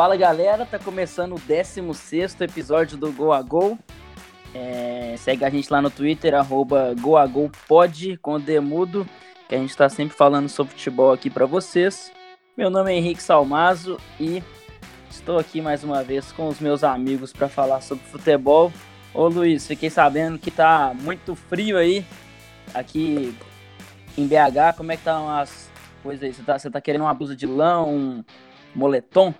Fala galera, tá começando o 16º episódio do Go a Go. Segue a gente lá no Twitter, @goagopod com o Demudo, que a gente tá sempre falando sobre futebol aqui pra vocês. Meu nome é Henrique Salmazo e estou aqui mais uma vez com os meus amigos pra falar sobre futebol. Ô Luiz, fiquei sabendo que tá muito frio aí, aqui em BH. Como é que estão as coisas aí? Você tá querendo uma blusa de lã, um moletom?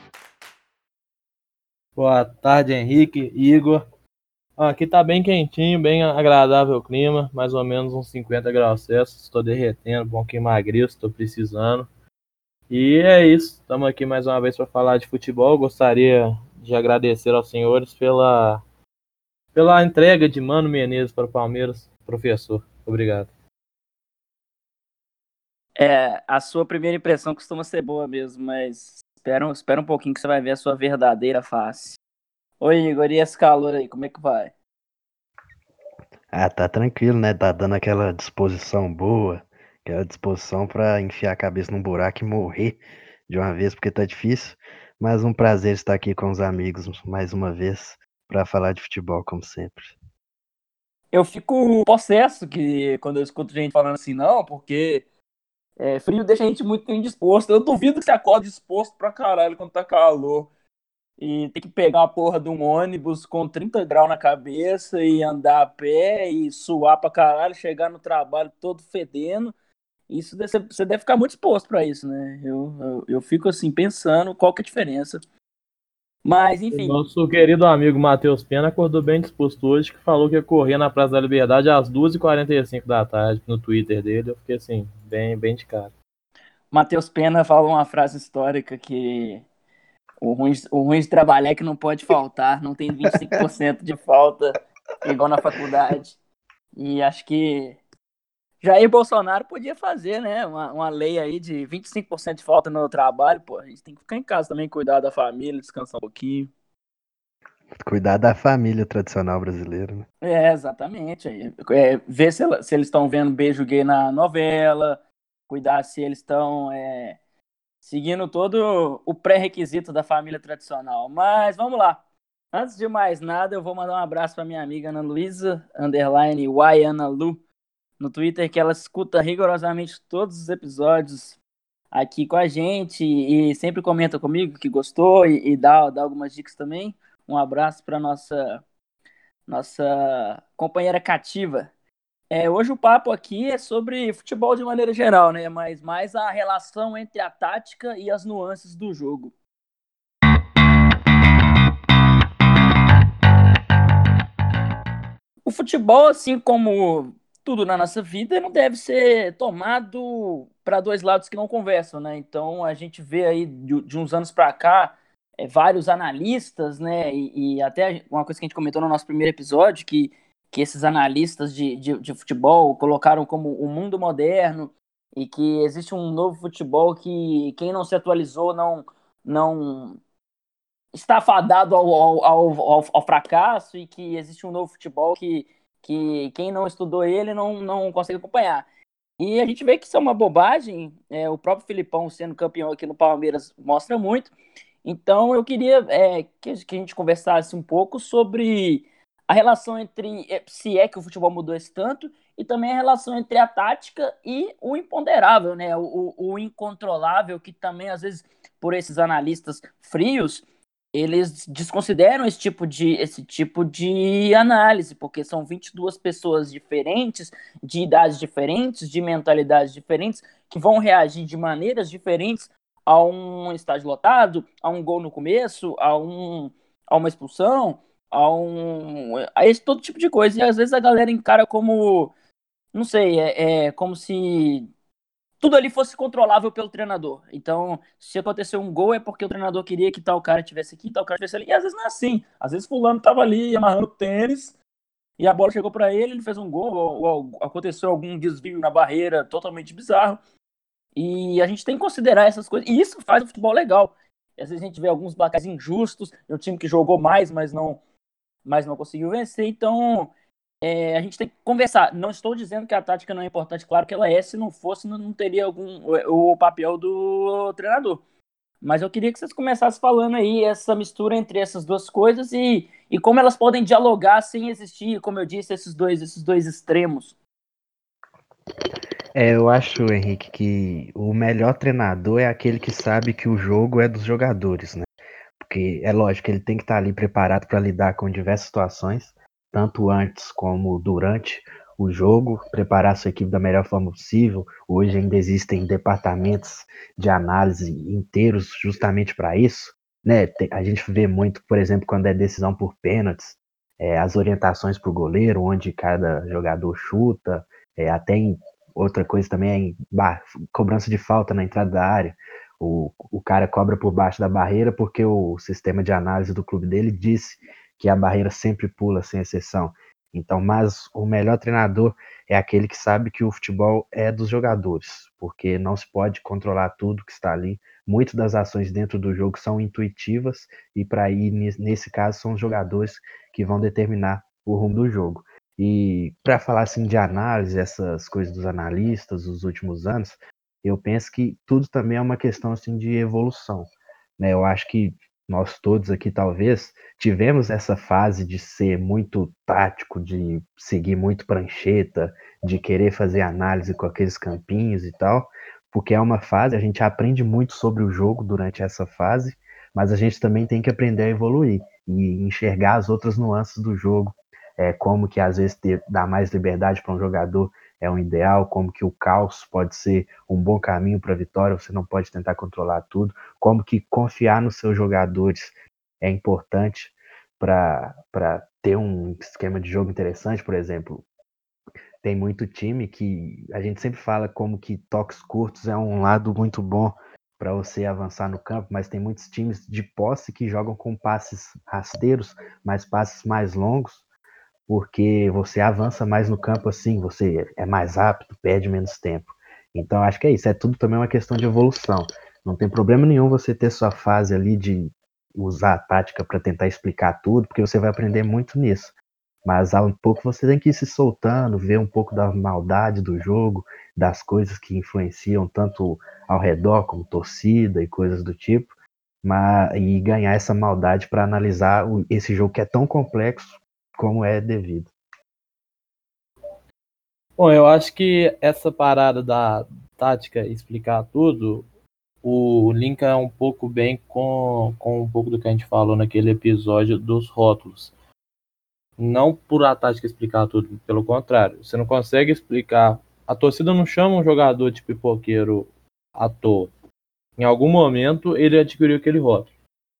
Boa tarde, Henrique, Igor. Aqui tá bem quentinho, bem agradável o clima, mais ou menos uns 50 graus Celsius. Estou derretendo, bom que emagreço, estou precisando. E é isso, estamos aqui mais uma vez para falar de futebol. Gostaria de agradecer aos senhores pela entrega de Mano Menezes para o Palmeiras. Professor, obrigado. A sua primeira impressão costuma ser boa mesmo, mas espera um pouquinho que você vai ver a sua verdadeira face. Oi, Igor, e esse calor aí, como é que vai? Tá tranquilo, né? Tá dando aquela disposição boa, aquela disposição pra enfiar a cabeça num buraco e morrer de uma vez, porque tá difícil. Mas um prazer estar aqui com os amigos mais uma vez pra falar de futebol, como sempre. Eu fico possesso que quando eu escuto gente falando assim, não, porque frio deixa a gente muito indisposto. Eu duvido que você acorde disposto pra caralho quando tá calor. E tem que pegar a porra de um ônibus com 30 graus na cabeça e andar a pé e suar pra caralho, chegar no trabalho todo fedendo. Você deve ficar muito exposto pra isso, né? Eu fico assim pensando qual que é a diferença. Mas, O enfim, nosso querido amigo Matheus Pena acordou bem disposto hoje, que falou que ia correr na Praça da Liberdade às 2h45 da tarde, no Twitter dele. Eu fiquei assim, bem de cara. Matheus Pena falou uma frase histórica que o ruim de trabalhar é que não pode faltar, não tem 25% de falta, igual na faculdade. E acho que Jair Bolsonaro podia fazer, né, uma lei aí de 25% de falta no trabalho, pô. A gente tem que ficar em casa também, cuidar da família, descansar um pouquinho. Cuidar da família tradicional brasileira, né? Exatamente. Ver se eles estão vendo beijo gay na novela, cuidar se eles estão seguindo todo o pré-requisito da família tradicional. Mas vamos lá. Antes de mais nada, eu vou mandar um abraço para minha amiga Ana Luísa, underline YAnaLu, no Twitter, que ela escuta rigorosamente todos os episódios aqui com a gente e sempre comenta comigo que gostou e dá algumas dicas também. Um abraço para nossa companheira cativa. Hoje o papo aqui é sobre futebol de maneira geral, né? Mas mais a relação entre a tática e as nuances do jogo. O futebol, assim como tudo na nossa vida, não deve ser tomado para dois lados que não conversam, né? Então a gente vê aí de uns anos para cá vários analistas, né? E até uma coisa que a gente comentou no nosso primeiro episódio, que esses analistas de futebol colocaram como o mundo moderno e que existe um novo futebol que quem não se atualizou não está fadado ao fracasso e que existe um novo futebol que quem não estudou ele não consegue acompanhar. E a gente vê que isso é uma bobagem, o próprio Filipão sendo campeão aqui no Palmeiras mostra muito. Então eu queria que a gente conversasse um pouco sobre a relação entre, se é que o futebol mudou esse tanto, e também a relação entre a tática e o imponderável, né? O incontrolável, que também, às vezes, por esses analistas frios, eles desconsideram esse tipo de análise, porque são 22 pessoas diferentes, de idades diferentes, de mentalidades diferentes, que vão reagir de maneiras diferentes a um estádio lotado, a um gol no começo, a uma expulsão, a esse todo tipo de coisa. E às vezes a galera encara como, não sei, como se tudo ali fosse controlável pelo treinador. Então, se aconteceu um gol, é porque o treinador queria que tal cara tivesse aqui, tal cara tivesse ali. E às vezes não é assim. Às vezes fulano tava ali amarrando tênis e a bola chegou para ele, ele fez um gol, ou aconteceu algum desvio na barreira totalmente bizarro. E a gente tem que considerar essas coisas. E isso faz o futebol legal. E às vezes a gente vê alguns placares injustos, um time que jogou mais, mas não conseguiu vencer. Então, a gente tem que conversar. Não estou dizendo que a tática não é importante, claro que ela é. Se não fosse, não teria o papel do treinador. Mas eu queria que vocês começassem falando aí essa mistura entre essas duas coisas e como elas podem dialogar sem existir, como eu disse, esses dois extremos. Eu acho, Henrique, que o melhor treinador é aquele que sabe que o jogo é dos jogadores, né? Porque é lógico, ele tem que estar ali preparado para lidar com diversas situações, tanto antes como durante o jogo, preparar sua equipe da melhor forma possível. Hoje ainda existem departamentos de análise inteiros justamente para isso, né? A gente vê muito, por exemplo, quando é decisão por pênaltis, as orientações para o goleiro, onde cada jogador chuta, até em outra coisa também é em cobrança de falta na entrada da área. O cara cobra por baixo da barreira porque o sistema de análise do clube dele disse que a barreira sempre pula, sem exceção. Então, mas o melhor treinador é aquele que sabe que o futebol é dos jogadores, porque não se pode controlar tudo que está ali. Muitas das ações dentro do jogo são intuitivas e para ir nesse caso são os jogadores que vão determinar o rumo do jogo. E para falar assim de análise, essas coisas dos analistas dos últimos anos, eu penso que tudo também é uma questão assim de evolução, né? Eu acho que nós todos aqui talvez tivemos essa fase de ser muito tático, de seguir muito prancheta, de querer fazer análise com aqueles campinhos e tal, porque é uma fase, a gente aprende muito sobre o jogo durante essa fase, mas a gente também tem que aprender a evoluir e enxergar as outras nuances do jogo, como que às vezes dar mais liberdade para um jogador é um ideal, como que o caos pode ser um bom caminho para a vitória, você não pode tentar controlar tudo, como que confiar nos seus jogadores é importante para ter um esquema de jogo interessante, por exemplo. Tem muito time que a gente sempre fala como que toques curtos é um lado muito bom para você avançar no campo, mas tem muitos times de posse que jogam com passes rasteiros, mas passes mais longos, porque você avança mais no campo assim, você é mais rápido, perde menos tempo. Então acho que é isso, é tudo também uma questão de evolução. Não tem problema nenhum você ter sua fase ali de usar a tática para tentar explicar tudo, porque você vai aprender muito nisso. Mas há um pouco você tem que ir se soltando, ver um pouco da maldade do jogo, das coisas que influenciam tanto ao redor como torcida e coisas do tipo, e ganhar essa maldade para analisar esse jogo que é tão complexo como é devido. Bom, eu acho que essa parada da tática explicar tudo, o link é um pouco bem com um pouco do que a gente falou naquele episódio dos rótulos. Não por a tática explicar tudo, pelo contrário. Você não consegue explicar. A torcida não chama um jogador de pipoqueiro à toa. Em algum momento ele adquiriu aquele rótulo.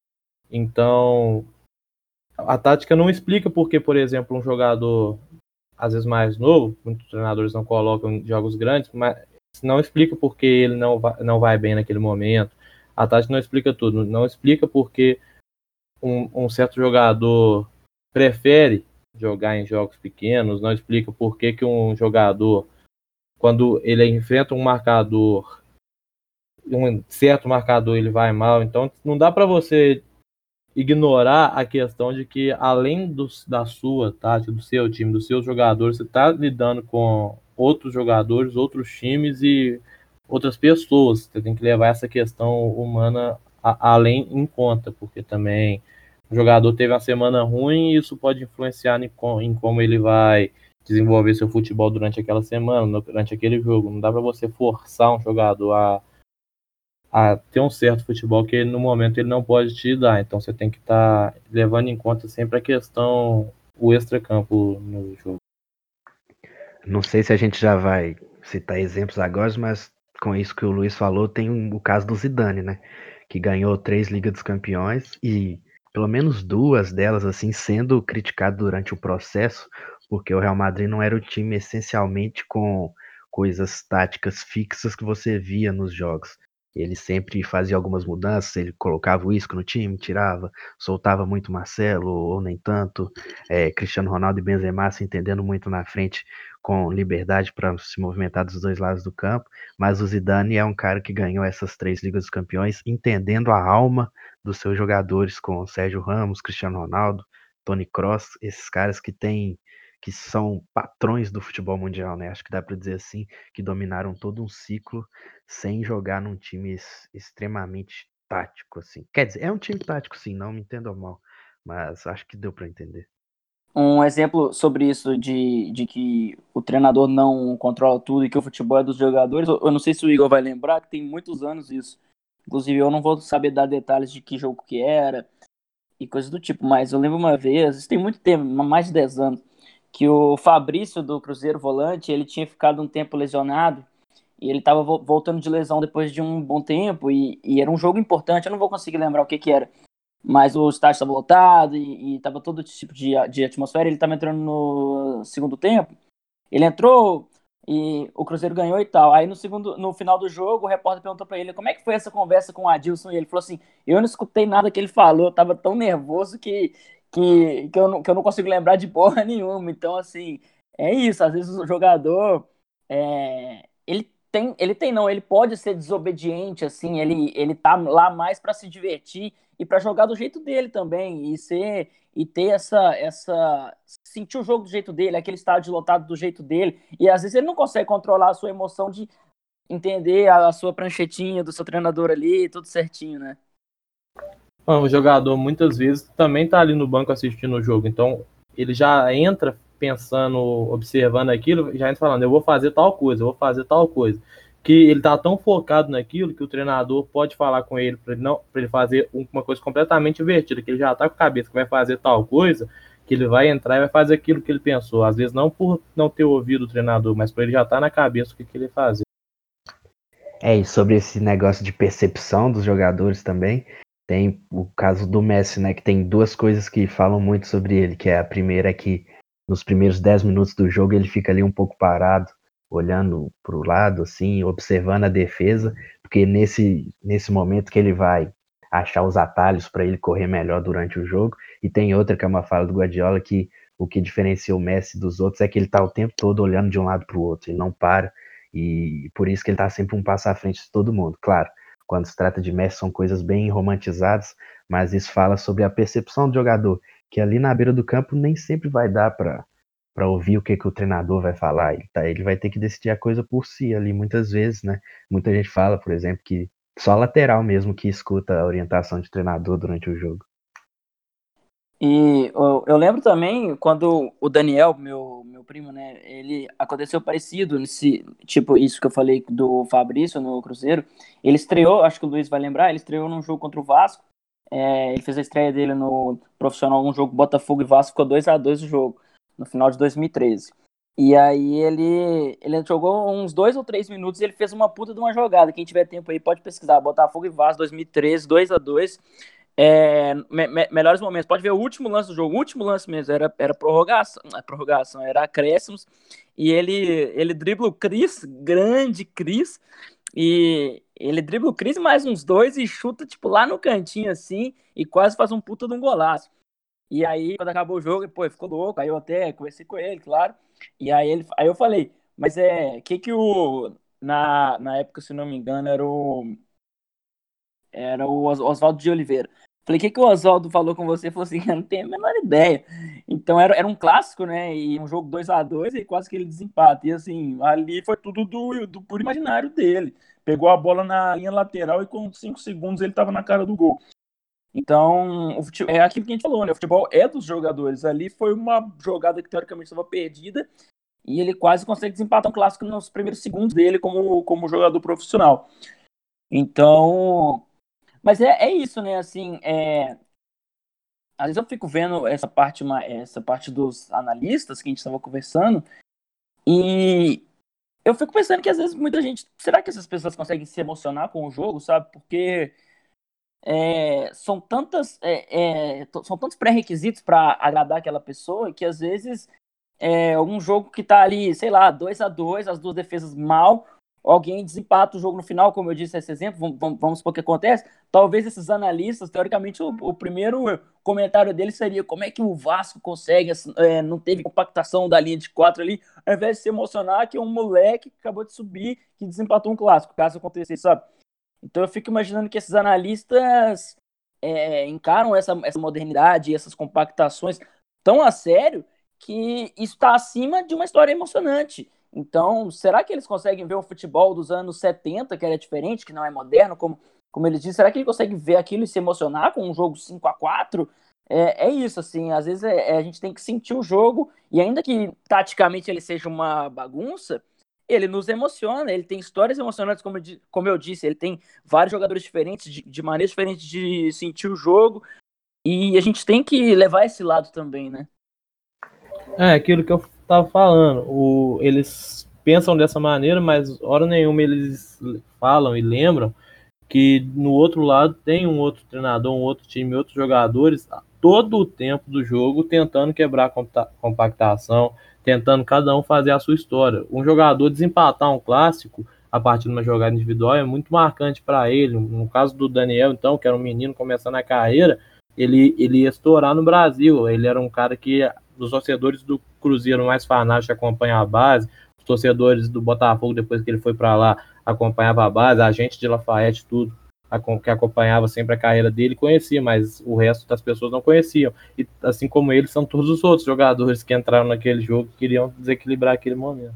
Então, a tática não explica porque, por exemplo, um jogador às vezes mais novo, muitos treinadores não colocam em jogos grandes, mas não explica porque ele não vai bem naquele momento. A tática não explica tudo. Não explica porque um certo jogador prefere jogar em jogos pequenos, não explica por que um jogador, quando ele enfrenta um marcador, um certo marcador, ele vai mal. Então, não dá para você ignorar a questão de que, além da sua tática, do seu time, dos seus jogadores, você está lidando com outros jogadores, outros times e outras pessoas. Você tem que levar essa questão humana além em conta, porque também o jogador teve uma semana ruim e isso pode influenciar em como ele vai desenvolver seu futebol durante aquela semana, durante aquele jogo. Não dá para você forçar um jogador a ter um certo futebol que no momento ele não pode te dar. Então você tem que estar levando em conta sempre a questão, o extracampo no jogo. Não sei se a gente já vai citar exemplos agora, mas com isso que o Luiz falou, tem o caso do Zidane, né? Que ganhou 3 Ligas dos Campeões e pelo menos 2 delas, assim, sendo criticado durante o processo, porque o Real Madrid não era o time essencialmente com coisas táticas fixas que você via nos jogos. Ele sempre fazia algumas mudanças, ele colocava o Isco no time, tirava, soltava muito Marcelo, ou nem tanto, Cristiano Ronaldo e Benzema se entendendo muito na frente com liberdade para se movimentar dos dois lados do campo, mas o Zidane é um cara que ganhou essas 3 Ligas dos Campeões entendendo a alma dos seus jogadores, com Sérgio Ramos, Cristiano Ronaldo, Toni Kroos, esses caras que são patrões do futebol mundial, né? Acho que dá para dizer assim, que dominaram todo um ciclo sem jogar num time extremamente tático, assim. Quer dizer, é um time tático, sim, não me entendam mal. Mas acho que deu para entender. Um exemplo sobre isso de que o treinador não controla tudo e que o futebol é dos jogadores, eu não sei se o Igor vai lembrar, que tem muitos anos isso. Inclusive, eu não vou saber dar detalhes de que jogo que era e coisas do tipo, mas eu lembro uma vez, isso tem muito tempo, mais de 10 anos, que o Fabrício do Cruzeiro Volante, ele tinha ficado um tempo lesionado e ele estava voltando de lesão depois de um bom tempo e era um jogo importante, eu não vou conseguir lembrar o que que era, mas o estádio estava lotado e estava todo tipo de atmosfera. Ele estava entrando no segundo tempo. Ele entrou e o Cruzeiro ganhou e tal. Aí no final do jogo, o repórter perguntou para ele como é que foi essa conversa com o Adilson. E ele falou assim: eu não escutei nada que ele falou, eu tava tão nervoso que eu não consigo lembrar de porra nenhuma. Então, assim, é isso. Às vezes o jogador ele pode ser desobediente, assim, ele tá lá mais para se divertir e para jogar do jeito dele também e ter essa sentir o jogo do jeito dele, aquele estádio lotado do jeito dele. E às vezes ele não consegue controlar a sua emoção de entender a sua pranchetinha do seu treinador ali, tudo certinho, né? O jogador muitas vezes também tá ali no banco assistindo o jogo, então ele já entra pensando, observando aquilo, já entra falando, eu vou fazer tal coisa, eu vou fazer tal coisa. Que ele tá tão focado naquilo que o treinador pode falar com ele para ele não, para ele fazer uma coisa completamente invertida, que ele já tá com a cabeça que vai fazer tal coisa, que ele vai entrar e vai fazer aquilo que ele pensou. Às vezes não por não ter ouvido o treinador, mas por ele já tá na cabeça o que ele fazer. E sobre esse negócio de percepção dos jogadores também, tem o caso do Messi, né, que tem duas coisas que falam muito sobre ele, que é a primeira é que nos primeiros 10 minutos do jogo ele fica ali um pouco parado, olhando para o lado, assim, observando a defesa, porque nesse momento que ele vai achar os atalhos para ele correr melhor durante o jogo. E tem outra que é uma fala do Guardiola, que o que diferencia o Messi dos outros é que ele está o tempo todo olhando de um lado para o outro, ele não para, e por isso que ele está sempre um passo à frente de todo mundo. Claro, quando se trata de Messi são coisas bem romantizadas, mas isso fala sobre a percepção do jogador, que ali na beira do campo nem sempre vai dar para ouvir o que o treinador vai falar. Ele vai ter que decidir a coisa por si ali muitas vezes, né? Muita gente fala, por exemplo, que só lateral mesmo que escuta a orientação de treinador durante o jogo. E eu lembro também quando o Daniel, meu primo, né, ele aconteceu parecido nesse tipo isso que eu falei do Fabrício no Cruzeiro. Ele estreou, acho que o Luiz vai lembrar, ele estreou num jogo contra o Vasco. Ele fez a estreia dele no profissional, um jogo Botafogo e Vasco, ficou 2-2 o jogo, no final de 2013. E aí ele jogou uns 2 ou 3 minutos e ele fez uma puta de uma jogada. Quem tiver tempo aí pode pesquisar. Botafogo e Vasco 2013, 2-2. Melhores momentos. Pode ver o último lance do jogo, o último lance mesmo, era prorrogação, era acréscimos, e ele dribla o Cris, grande Cris, e ele dribla o Cris mais uns dois e chuta, tipo, lá no cantinho, assim, e quase faz um puta de um golaço. E aí, quando acabou o jogo, pô, ele ficou louco, aí eu até conversei com ele, claro, e aí eu falei, mas na época, se não me engano, era o Oswaldo de Oliveira. Falei, o que, que o Oswaldo falou com você? Ele falou assim, eu não tenho a menor ideia. Então era um clássico, né? E um jogo 2-2 e quase que ele desempata. E assim, ali foi tudo do puro imaginário dele. Pegou a bola na linha lateral e com 5 segundos ele estava na cara do gol. Então, é aquilo que a gente falou, né? O futebol é dos jogadores. Ali foi uma jogada que teoricamente estava perdida e ele quase consegue desempatar um clássico nos primeiros segundos dele como jogador profissional. Então, mas é isso, né? Assim, às vezes eu fico vendo essa parte dos analistas que a gente estava conversando e eu fico pensando que às vezes muita gente, será que essas pessoas conseguem se emocionar com o jogo, sabe? Porque são tantos pré-requisitos para agradar aquela pessoa que às vezes algum jogo que tá ali, sei lá, 2-2, as duas defesas mal, alguém desempata o jogo no final, como eu disse esse exemplo, vamos supor que acontece. Talvez esses analistas, teoricamente, o primeiro comentário deles seria como é que o Vasco consegue, não teve compactação da linha de 4 ali, ao invés de se emocionar que é um moleque que acabou de subir, que desempatou um clássico, caso acontecesse, sabe? Então eu fico imaginando que esses analistas encaram essa modernidade, essas compactações tão a sério que isso está acima de uma história emocionante. Então, será que eles conseguem ver o futebol dos anos 70, que era diferente, que não é moderno, como como ele disse, será que ele consegue ver aquilo e se emocionar com um jogo 5-4? É isso, assim, às vezes a gente tem que sentir o jogo, e ainda que taticamente ele seja uma bagunça, ele nos emociona, ele tem histórias emocionantes, como eu disse, ele tem vários jogadores diferentes, de maneiras diferentes de sentir o jogo, e a gente tem que levar esse lado também, né? É aquilo que eu tava falando. Eles pensam dessa maneira, mas hora nenhuma eles falam e lembram que no outro lado tem um outro treinador, um outro time, outros jogadores, todo o tempo do jogo tentando quebrar a compactação, tentando cada um fazer a sua história. Um jogador desempatar um clássico a partir de uma jogada individual é muito marcante para ele. No caso do Daniel, então, que era um menino começando a carreira, ele ia estourar no Brasil. Ele era um cara que, dos torcedores do Cruzeiro mais fanáticos, acompanha a base, os torcedores do Botafogo, depois que ele foi para lá, acompanhava a base, a gente de Lafayette, tudo, que acompanhava sempre a carreira dele, conhecia, mas o resto das pessoas não conheciam. E assim como ele, são todos os outros jogadores que entraram naquele jogo que queriam desequilibrar aquele momento.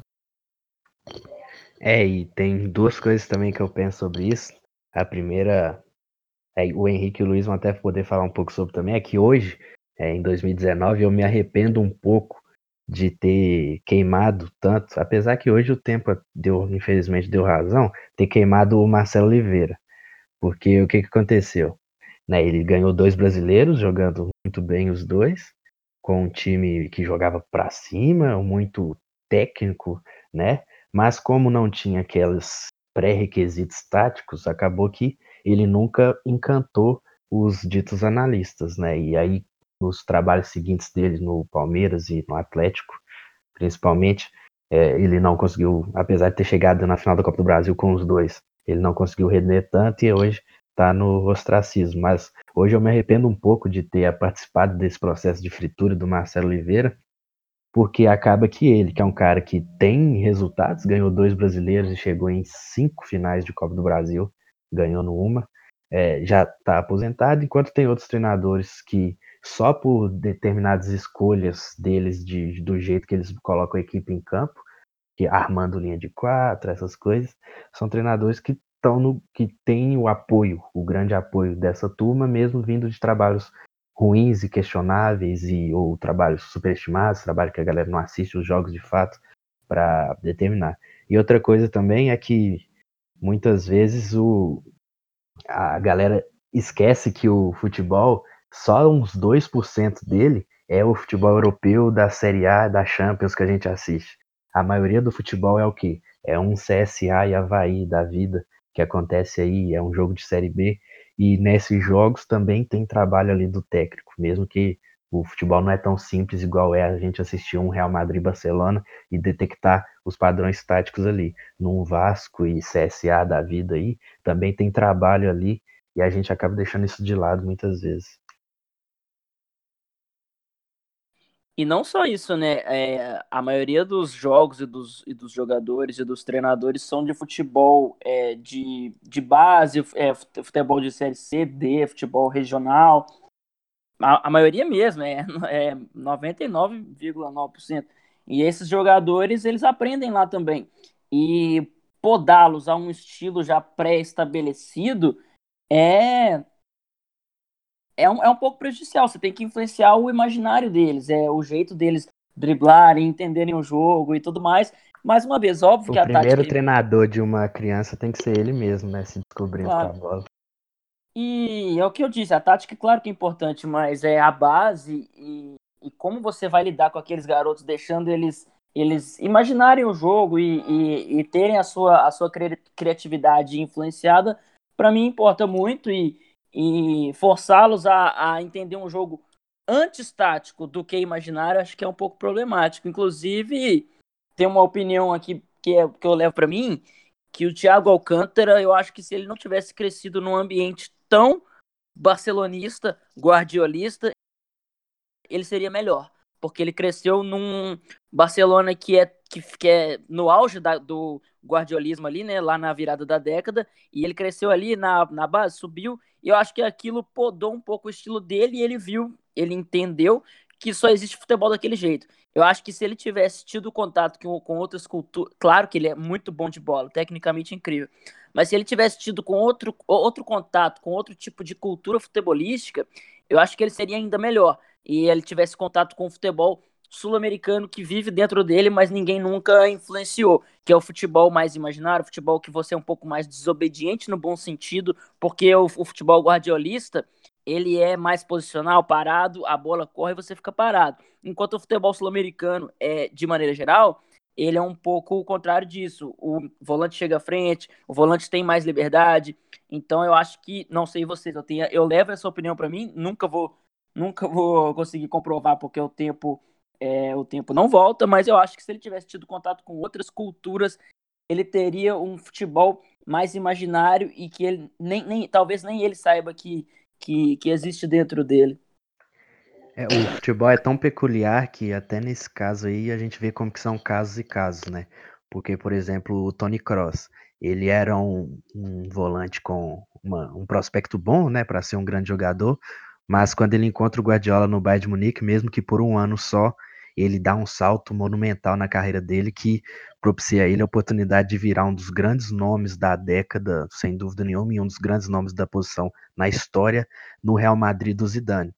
E tem duas coisas também que eu penso sobre isso. A primeira, o Henrique e o Luiz vão até poder falar um pouco sobre também, é que hoje, em 2019, eu me arrependo um pouco de ter queimado tanto, apesar que hoje o tempo infelizmente deu razão, ter queimado o Marcelo Oliveira. Porque o que aconteceu? Né, ele ganhou 2 brasileiros, jogando muito bem os dois, com um time que jogava para cima, muito técnico, né? Mas como não tinha aqueles pré-requisitos táticos, acabou que ele nunca encantou os ditos analistas, né? E aí, nos trabalhos seguintes dele no Palmeiras e no Atlético, principalmente, ele não conseguiu, apesar de ter chegado na final da Copa do Brasil com os dois, ele não conseguiu render tanto e hoje está no ostracismo. Mas hoje eu me arrependo um pouco de ter participado desse processo de fritura do Marcelo Oliveira, porque acaba que ele, que é um cara que tem resultados, ganhou 2 brasileiros e chegou em 5 finais de Copa do Brasil, ganhou numa, já está aposentado, enquanto tem outros treinadores que só por determinadas escolhas deles, do jeito que eles colocam a equipe em campo, que armando linha de 4, essas coisas, são treinadores que que têm o apoio, o grande apoio dessa turma, mesmo vindo de trabalhos ruins e questionáveis ou trabalhos superestimados, trabalho que a galera não assiste os jogos de fato para determinar. E outra coisa também é que muitas vezes a galera esquece que o futebol, só uns 2% dele é o futebol europeu da Série A, da Champions que a gente assiste. A maioria do futebol é o quê? É um CSA e Avaí da vida que acontece aí, é um jogo de Série B, e nesses jogos também tem trabalho ali do técnico, mesmo que o futebol não é tão simples igual é a gente assistir um Real Madrid-Barcelona e detectar os padrões táticos ali. Num Vasco e CSA da vida aí, também tem trabalho ali e a gente acaba deixando isso de lado muitas vezes. E não só isso, né? A maioria dos jogos e dos jogadores e dos treinadores são de futebol de base, futebol de série C, D, futebol regional. A maioria mesmo, é 99,9%. E esses jogadores, eles aprendem lá também. E podá-los a um estilo já pré-estabelecido é é um pouco prejudicial. Você tem que influenciar o imaginário deles, o jeito deles driblarem, entenderem o jogo e tudo mais. Mais uma vez, óbvio O que a tática primeiro é treinador de uma criança tem que ser ele mesmo, né? Se descobrindo com a claro. bola. E é o que eu disse, a tática, claro que é importante, mas é a base e como você vai lidar com aqueles garotos, deixando eles imaginarem o jogo e terem a sua criatividade influenciada, para mim importa muito e forçá-los a entender um jogo antes tático do que imaginário, acho que é um pouco problemático. Inclusive, tem uma opinião aqui que eu levo para mim, que o Thiago Alcântara, eu acho que se ele não tivesse crescido num ambiente tão barcelonista, guardiolista, ele seria melhor. Porque ele cresceu num Barcelona que é no auge do guardiolismo ali, né? Lá na virada da década. E ele cresceu ali na base, subiu. E eu acho que aquilo podou um pouco o estilo dele e ele viu, ele entendeu que só existe futebol daquele jeito. Eu acho que se ele tivesse tido contato com outras culturas, claro que ele é muito bom de bola, tecnicamente incrível, mas se ele tivesse tido com outro contato, com outro tipo de cultura futebolística, eu acho que ele seria ainda melhor. E ele tivesse contato com o futebol sul-americano que vive dentro dele, mas ninguém nunca influenciou, que é o futebol mais imaginário, o futebol que você é um pouco mais desobediente no bom sentido, porque o futebol guardiolista, ele é mais posicional, parado, a bola corre e você fica parado. Enquanto o futebol sul-americano, de maneira geral, ele é um pouco o contrário disso. O volante chega à frente, o volante tem mais liberdade. Então eu acho que, não sei vocês, eu levo essa opinião para mim, nunca vou conseguir comprovar porque o tempo não volta, mas eu acho que se ele tivesse tido contato com outras culturas, ele teria um futebol mais imaginário e que ele talvez nem ele saiba que existe dentro dele. O futebol é tão peculiar que até nesse caso aí a gente vê como que são casos e casos, né? Porque, por exemplo, o Tony Kroos, ele era um volante com um prospecto bom, né, para ser um grande jogador, mas quando ele encontra o Guardiola no Bayern de Munique, mesmo que por um ano só, ele dá um salto monumental na carreira dele que propicia a ele a oportunidade de virar um dos grandes nomes da década, sem dúvida nenhuma, e um dos grandes nomes da posição na história no Real Madrid do Zidane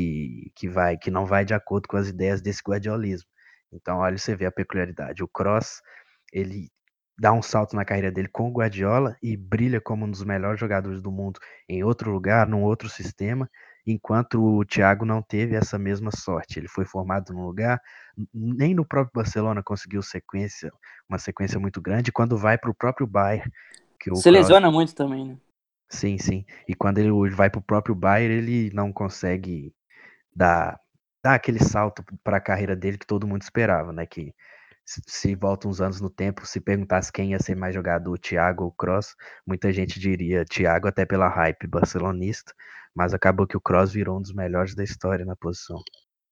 que não vai de acordo com as ideias desse guardiolismo. Então, olha, você vê a peculiaridade. O Kroos, ele dá um salto na carreira dele com o Guardiola e brilha como um dos melhores jogadores do mundo em outro lugar, num outro sistema, enquanto o Thiago não teve essa mesma sorte. Ele foi formado num lugar, nem no próprio Barcelona conseguiu uma sequência muito grande, quando vai para o próprio Bayern, que o Se Kroos. lesiona muito também, né? Sim, sim. E quando ele vai para o próprio Bayern, ele não consegue dar, dar aquele salto para a carreira dele que todo mundo esperava, né? Que se volta uns anos no tempo, se perguntasse quem ia ser mais jogador, o Thiago ou o Kroos, muita gente diria Thiago até pela hype barcelonista, mas acabou que o Kroos virou um dos melhores da história na posição.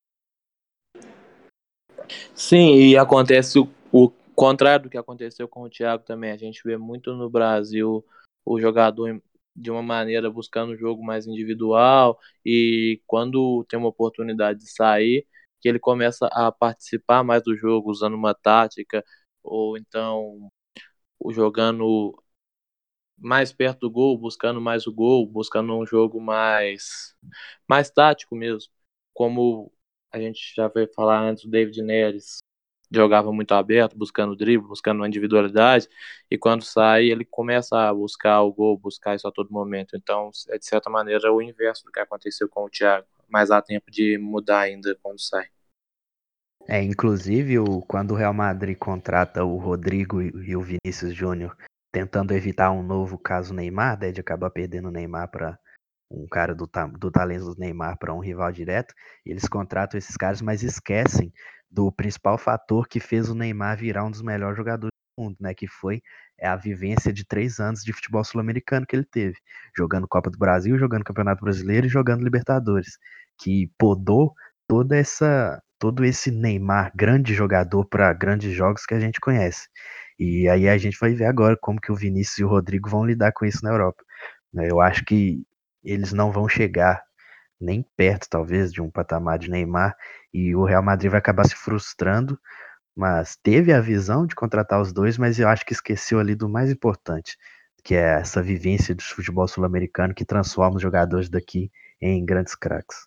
Sim, e acontece o contrário do que aconteceu com o Thiago também. A gente vê muito no Brasil o jogador de uma maneira buscando um jogo mais individual e quando tem uma oportunidade de sair, que ele começa a participar mais do jogo usando uma tática ou então jogando mais perto do gol, buscando mais o gol, buscando um jogo mais tático mesmo, como a gente já veio falar antes, o David Neres jogava muito aberto, buscando drible, buscando uma individualidade, e quando sai ele começa a buscar o gol, buscar isso a todo momento. Então, é de certa maneira o inverso do que aconteceu com o Thiago, mas há tempo de mudar ainda quando sai. Inclusive, quando o Real Madrid contrata o Rodrigo e o Vinícius Júnior, tentando evitar um novo caso Neymar, de acabar perdendo o Neymar para um cara do talento do Neymar para um rival direto, eles contratam esses caras, mas esquecem do principal fator que fez o Neymar virar um dos melhores jogadores do mundo, né? Que foi a vivência de 3 anos de futebol sul-americano que ele teve, jogando Copa do Brasil, jogando Campeonato Brasileiro e jogando Libertadores, que podou todo esse Neymar, grande jogador para grandes jogos que a gente conhece. E aí a gente vai ver agora como que o Vinícius e o Rodrigo vão lidar com isso na Europa. Eu acho que eles não vão chegar nem perto, talvez, de um patamar de Neymar, e o Real Madrid vai acabar se frustrando, mas teve a visão de contratar os dois, mas eu acho que esqueceu ali do mais importante, que é essa vivência do futebol sul-americano que transforma os jogadores daqui em grandes craques.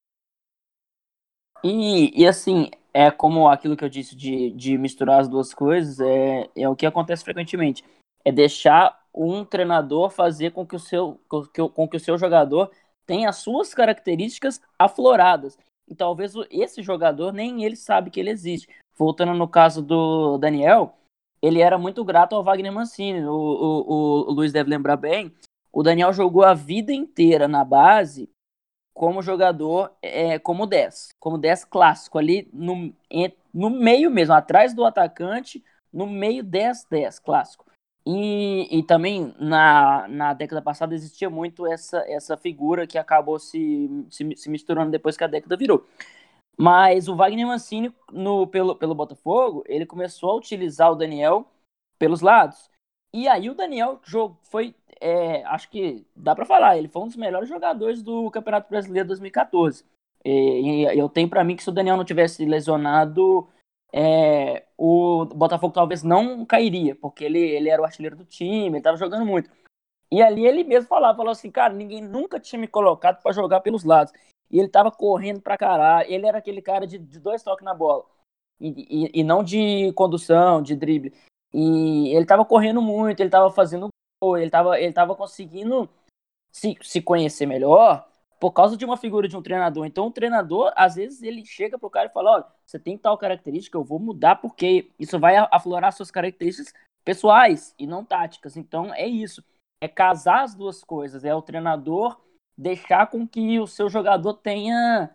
E assim, é como aquilo que eu disse de misturar as duas coisas, é o que acontece frequentemente. É deixar um treinador fazer com que o seu jogador tenha as suas características afloradas. E talvez esse jogador nem ele sabe que ele existe. Voltando no caso do Daniel, ele era muito grato ao Wagner Mancini. O Luiz deve lembrar bem. O Daniel jogou a vida inteira na base como jogador, como 10 clássico, ali no meio mesmo, atrás do atacante, no meio 10 clássico. E também na década passada existia muito essa figura que acabou se misturando depois que a década virou. Mas o Wagner Mancini, pelo Botafogo, ele começou a utilizar o Daniel pelos lados. E aí o Daniel foi, acho que dá pra falar, ele foi um dos melhores jogadores do Campeonato Brasileiro 2014. E eu tenho para mim que se o Daniel não tivesse lesionado, o Botafogo talvez não cairia, porque ele era o artilheiro do time, ele estava jogando muito. E ali ele mesmo falou assim, cara, ninguém nunca tinha me colocado para jogar pelos lados. E ele tava correndo pra caralho, ele era aquele cara de 2 toques na bola. E não de condução, de drible. E ele tava correndo muito, ele tava fazendo gol, ele tava conseguindo se conhecer melhor por causa de uma figura de um treinador. Então o treinador, às vezes, ele chega pro cara e fala, olha, você tem tal característica, eu vou mudar porque isso vai aflorar suas características pessoais e não táticas. Então é isso. É casar as duas coisas. É o treinador deixar com que o seu jogador tenha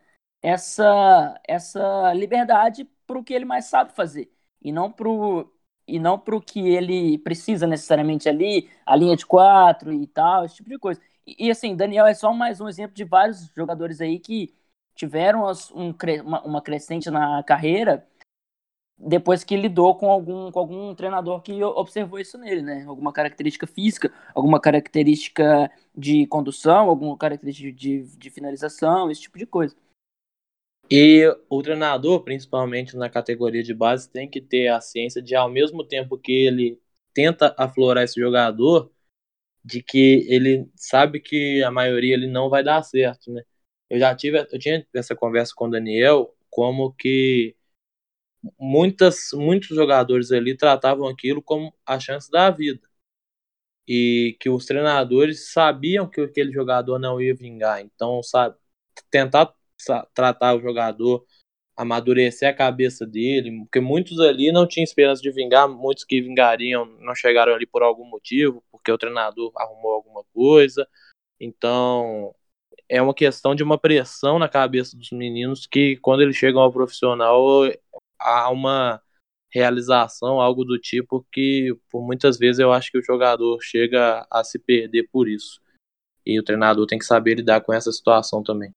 essa liberdade para o que ele mais sabe fazer. E não pro que ele precisa necessariamente ali, a linha de quatro e tal, esse tipo de coisa. Assim, Daniel é só mais um exemplo de vários jogadores aí que tiveram uma crescente na carreira depois que lidou com algum treinador que observou isso nele, né? Alguma característica física, alguma característica de condução, alguma característica de finalização, esse tipo de coisa. E o treinador, principalmente na categoria de base, tem que ter a ciência de, ao mesmo tempo que ele tenta aflorar esse jogador, de que ele sabe que a maioria ele não vai dar certo, né? Eu tinha essa conversa com o Daniel, como que muitos jogadores ali tratavam aquilo como a chance da vida. E que os treinadores sabiam que aquele jogador não ia vingar. Então, sabe, tentar tratar o jogador, amadurecer a cabeça dele, porque muitos ali não tinham esperança de vingar, muitos que vingariam não chegaram ali por algum motivo, porque o treinador arrumou alguma coisa. Então, é uma questão de uma pressão na cabeça dos meninos que, quando eles chegam ao profissional, há uma realização, algo do tipo que, por muitas vezes, eu acho que o jogador chega a se perder por isso. E o treinador tem que saber lidar com essa situação também.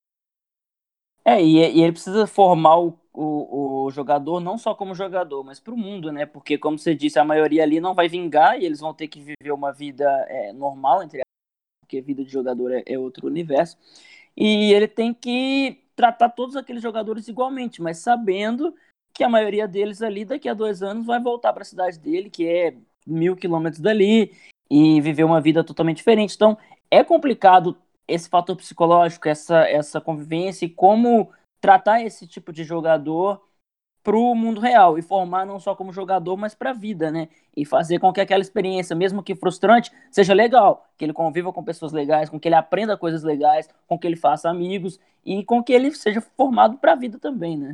E ele precisa formar o jogador não só como jogador, mas para o mundo, né? Porque, como você disse, a maioria ali não vai vingar e eles vão ter que viver uma vida normal, entre aspas, porque a vida de jogador é outro universo. E ele tem que tratar todos aqueles jogadores igualmente, mas sabendo que a maioria deles ali, daqui a 2 anos, vai voltar para a cidade dele, que é 1.000 quilômetros dali, e viver uma vida totalmente diferente. Então, é complicado esse fator psicológico, essa convivência e como tratar esse tipo de jogador para o mundo real e formar não só como jogador, mas para a vida, né? E fazer com que aquela experiência, mesmo que frustrante, seja legal, que ele conviva com pessoas legais, com que ele aprenda coisas legais, com que ele faça amigos e com que ele seja formado para a vida também, né?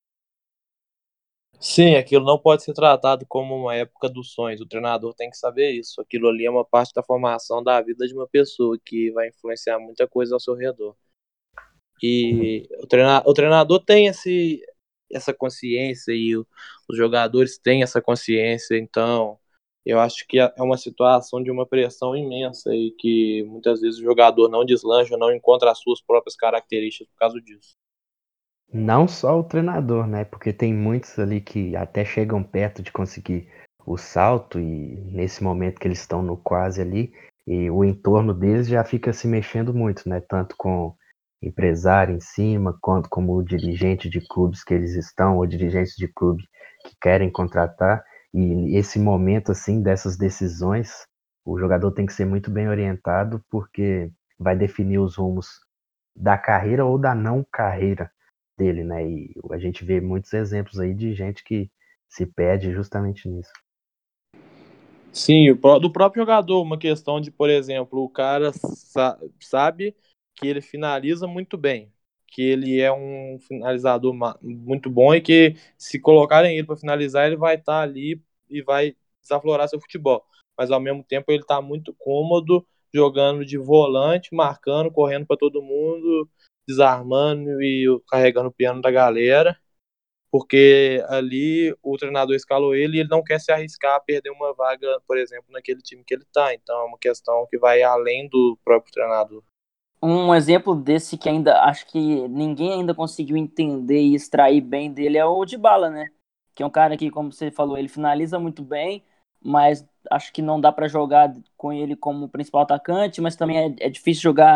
Sim, aquilo não pode ser tratado como uma época dos sonhos. O treinador tem que saber isso. Aquilo ali é uma parte da formação da vida de uma pessoa que vai influenciar muita coisa ao seu redor. E o treinador tem essa consciência e os jogadores têm essa consciência. Então, eu acho que é uma situação de uma pressão imensa e que muitas vezes o jogador não deslancha, não encontra as suas próprias características por causa disso. Não só o treinador, né? Porque tem muitos ali que até chegam perto de conseguir o salto e nesse momento que eles estão no quase ali, e o entorno deles já fica se mexendo muito, né? Tanto com empresário em cima, quanto como o dirigente de clubes que eles estão, ou dirigentes de clube que querem contratar. E esse momento, assim, dessas decisões, o jogador tem que ser muito bem orientado, porque vai definir os rumos da carreira ou da não carreira dele, né? E a gente vê muitos exemplos aí de gente que se perde justamente nisso. Sim, do próprio jogador, uma questão de, por exemplo, o cara sabe que ele finaliza muito bem, que ele é um finalizador muito bom e que se colocarem ele para finalizar, ele vai estar ali e vai desaflorar seu futebol. Mas ao mesmo tempo ele está muito cômodo jogando de volante, marcando, correndo para todo mundo, desarmando e carregando o piano da galera, porque ali o treinador escalou ele e ele não quer se arriscar a perder uma vaga, por exemplo, naquele time que ele está. Então é uma questão que vai além do próprio treinador. Um exemplo desse que ainda acho que ninguém ainda conseguiu entender e extrair bem dele é o Dybala, né? Que é um cara que, como você falou, ele finaliza muito bem, mas acho que não dá para jogar com ele como principal atacante, mas também é difícil jogar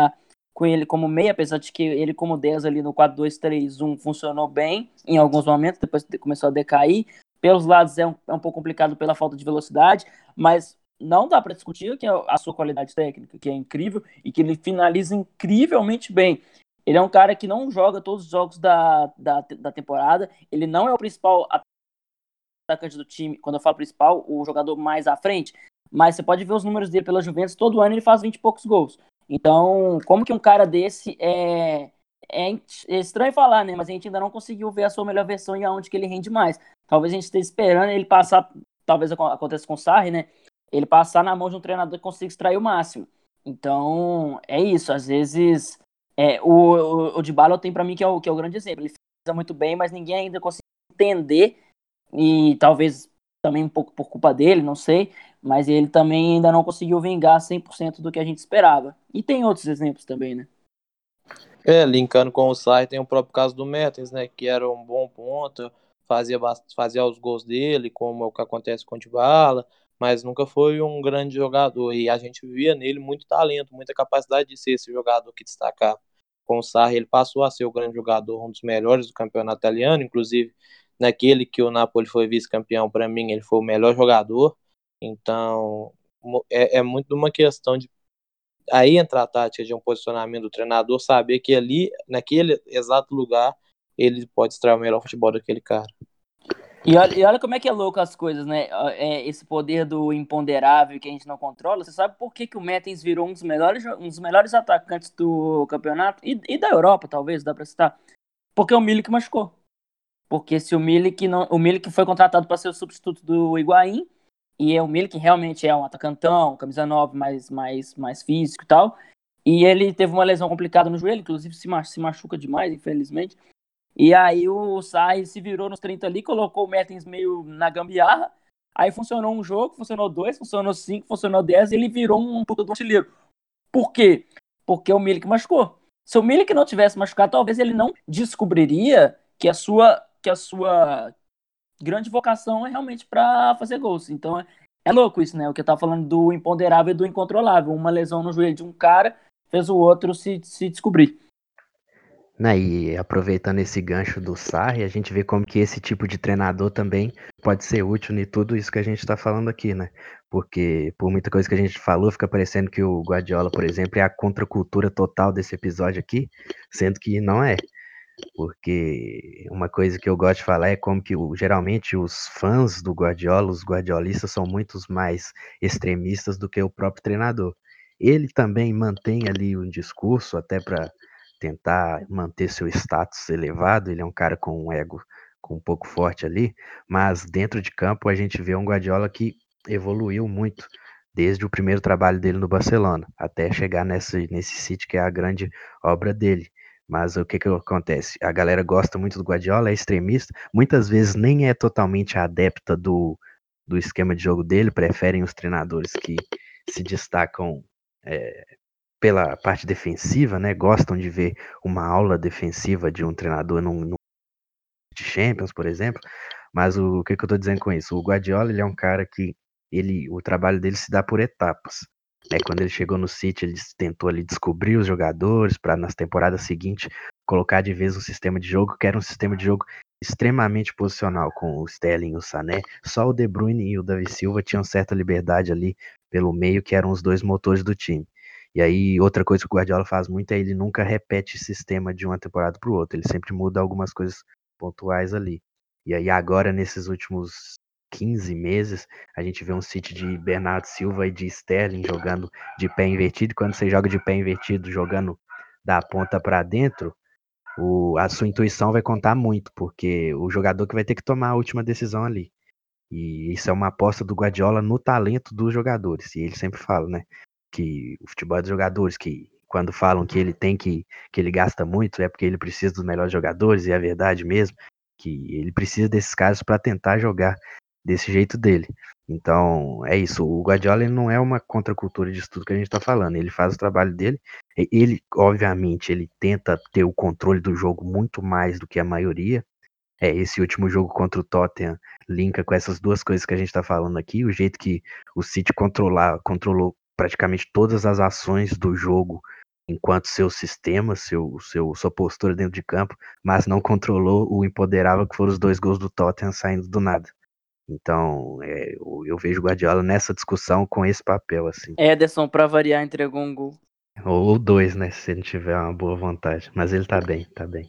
com ele como meia, apesar de que ele como 10 ali no 4-2-3-1 funcionou bem em alguns momentos, depois começou a decair. Pelos lados é um pouco complicado pela falta de velocidade, mas não dá para discutir que a sua qualidade técnica, que é incrível e que ele finaliza incrivelmente bem. Ele é um cara que não joga todos os jogos da temporada, ele não é o principal atacante do time, quando eu falo principal, o jogador mais à frente, mas você pode ver os números dele pela Juventus, todo ano ele faz 20 e poucos gols. Então, como que um cara desse é estranho falar, né? Mas a gente ainda não conseguiu ver a sua melhor versão e aonde que ele rende mais. Talvez a gente esteja esperando ele passar, talvez aconteça com o Sarri, né? Ele passar na mão de um treinador que consiga extrair o máximo. Então, é isso. Às vezes, o Dybala tem para mim que é o grande exemplo. Ele faz muito bem, mas ninguém ainda consegue entender, e talvez também um pouco por culpa dele, não sei, mas ele também ainda não conseguiu vingar 100% do que a gente esperava. E tem outros exemplos também, né? Linkando com o Sarri, tem o próprio caso do Mertens, né, que era um bom ponta, fazia os gols dele, como é o que acontece com o Dybala, mas nunca foi um grande jogador, e a gente via nele muito talento, muita capacidade de ser esse jogador que destacar. Com o Sarri, ele passou a ser o grande jogador, um dos melhores do campeonato italiano, inclusive naquele que o Napoli foi vice-campeão, para mim, ele foi o melhor jogador, então é muito uma questão de aí entra a tática de um posicionamento do treinador, saber que ali, naquele exato lugar, ele pode extrair o melhor futebol daquele cara. E olha como é que é louco as coisas, né? Esse poder do imponderável que a gente não controla. Você sabe por que o Mertens virou um dos melhores atacantes do campeonato e da Europa, talvez, dá pra citar? Porque o Milik machucou. Porque se o Milik foi contratado para ser o substituto do Higuaín, e o Milik realmente é um atacantão, camisa 9, mais físico e tal. E ele teve uma lesão complicada no joelho, inclusive se machuca demais, infelizmente. E aí o Sarri se virou nos 30 ali, colocou o Mertens meio na gambiarra. Aí funcionou um jogo, funcionou 2, funcionou 5, funcionou 10, e ele virou um puta do artilheiro. Por quê? Porque o Milik machucou. Se o Milik não tivesse machucado, talvez ele não descobriria que a sua grande vocação é realmente para fazer gols. Então é louco isso, né? O que eu tava falando do imponderável e do incontrolável. Uma lesão no joelho de um cara fez o outro se descobrir. Né, e aproveitando esse gancho do Sarri, a gente vê como que esse tipo de treinador também pode ser útil em tudo isso que a gente está falando aqui, né? Porque por muita coisa que a gente falou, fica parecendo que o Guardiola, por exemplo, é a contracultura total desse episódio aqui, sendo que não é. Porque uma coisa que eu gosto de falar é como que geralmente os fãs do Guardiola, os guardiolistas, são muito mais extremistas do que o próprio treinador. Ele também mantém ali um discurso até para tentar manter seu status elevado. Ele é um cara com um ego um pouco forte ali, mas dentro de campo a gente vê um Guardiola que evoluiu muito desde o primeiro trabalho dele no Barcelona até chegar nesse City, que é a grande obra dele. Mas o que acontece? A galera gosta muito do Guardiola, é extremista, muitas vezes nem é totalmente adepta do esquema de jogo dele, preferem os treinadores que se destacam pela parte defensiva, né? Gostam de ver uma aula defensiva de um treinador num de Champions, por exemplo. Mas o que eu tô dizendo com isso? O Guardiola, ele é um cara que o trabalho dele se dá por etapas. Quando ele chegou no City, ele tentou ali descobrir os jogadores para nas temporadas seguintes colocar de vez um sistema de jogo que era um sistema de jogo extremamente posicional, com o Sterling e o Sané. Só o De Bruyne e o Davi Silva tinham certa liberdade ali pelo meio, que eram os dois motores do time. E aí, outra coisa que o Guardiola faz muito é ele nunca repete sistema de uma temporada para o outro. Ele sempre muda algumas coisas pontuais ali. E aí agora, nesses últimos 15 meses, a gente vê um City de Bernardo Silva e de Sterling jogando de pé invertido. Quando você joga de pé invertido, jogando da ponta para dentro, a sua intuição vai contar muito, porque o jogador que vai ter que tomar a última decisão ali. E isso é uma aposta do Guardiola no talento dos jogadores. E ele sempre fala, né, que o futebol é dos jogadores, que quando falam que ele que ele gasta muito, é porque ele precisa dos melhores jogadores, e é verdade mesmo, que ele precisa desses caras para tentar jogar desse jeito dele. Então, é isso. O Guardiola ele não é uma contracultura disso tudo que a gente está falando. Ele faz o trabalho dele. Ele, obviamente, ele tenta ter o controle do jogo muito mais do que a maioria. Esse último jogo contra o Tottenham linka com essas duas coisas que a gente está falando aqui. O jeito que o City controlou praticamente todas as ações do jogo enquanto seu sistema, sua postura dentro de campo, mas não controlou o imponderável que foram os 2 gols do Tottenham saindo do nada. Então, eu vejo o Guardiola nessa discussão com esse papel, assim. Ederson, pra variar, entregou um gol. Ou 2, né, se ele tiver uma boa vontade. Mas ele tá bem, tá bem.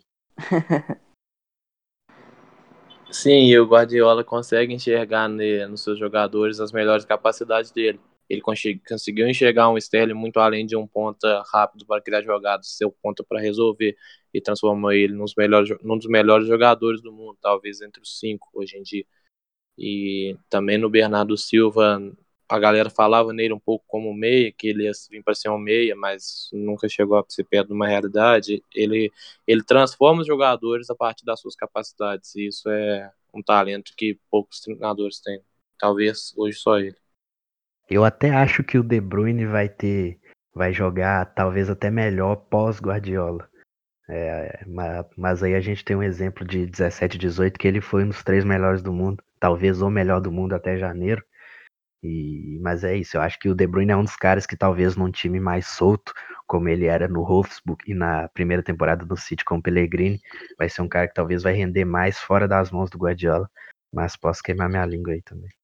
Sim, e o Guardiola consegue enxergar nos seus jogadores as melhores capacidades dele. Ele conseguiu enxergar um Sterling muito além de um ponta rápido para criar jogadas, ser o ponta para resolver, e transformou ele num dos melhores jogadores do mundo, talvez entre os 5 hoje em dia. E também no Bernardo Silva, a galera falava nele um pouco como meia, que ele ia vir para ser um meia, mas nunca chegou a ser perto de uma realidade. Ele transforma os jogadores a partir das suas capacidades, e isso é um talento que poucos treinadores têm. Talvez hoje só ele. Eu até acho que o De Bruyne vai jogar talvez até melhor pós-Guardiola. Mas aí a gente tem um exemplo de 17, 18 que ele foi um dos 3 melhores do mundo, talvez o melhor do mundo até janeiro. Mas é isso, eu acho que o De Bruyne é um dos caras que talvez num time mais solto, como ele era no Wolfsburg e na primeira temporada do City com o Pellegrini, vai ser um cara que talvez vai render mais fora das mãos do Guardiola, mas posso queimar minha língua aí também.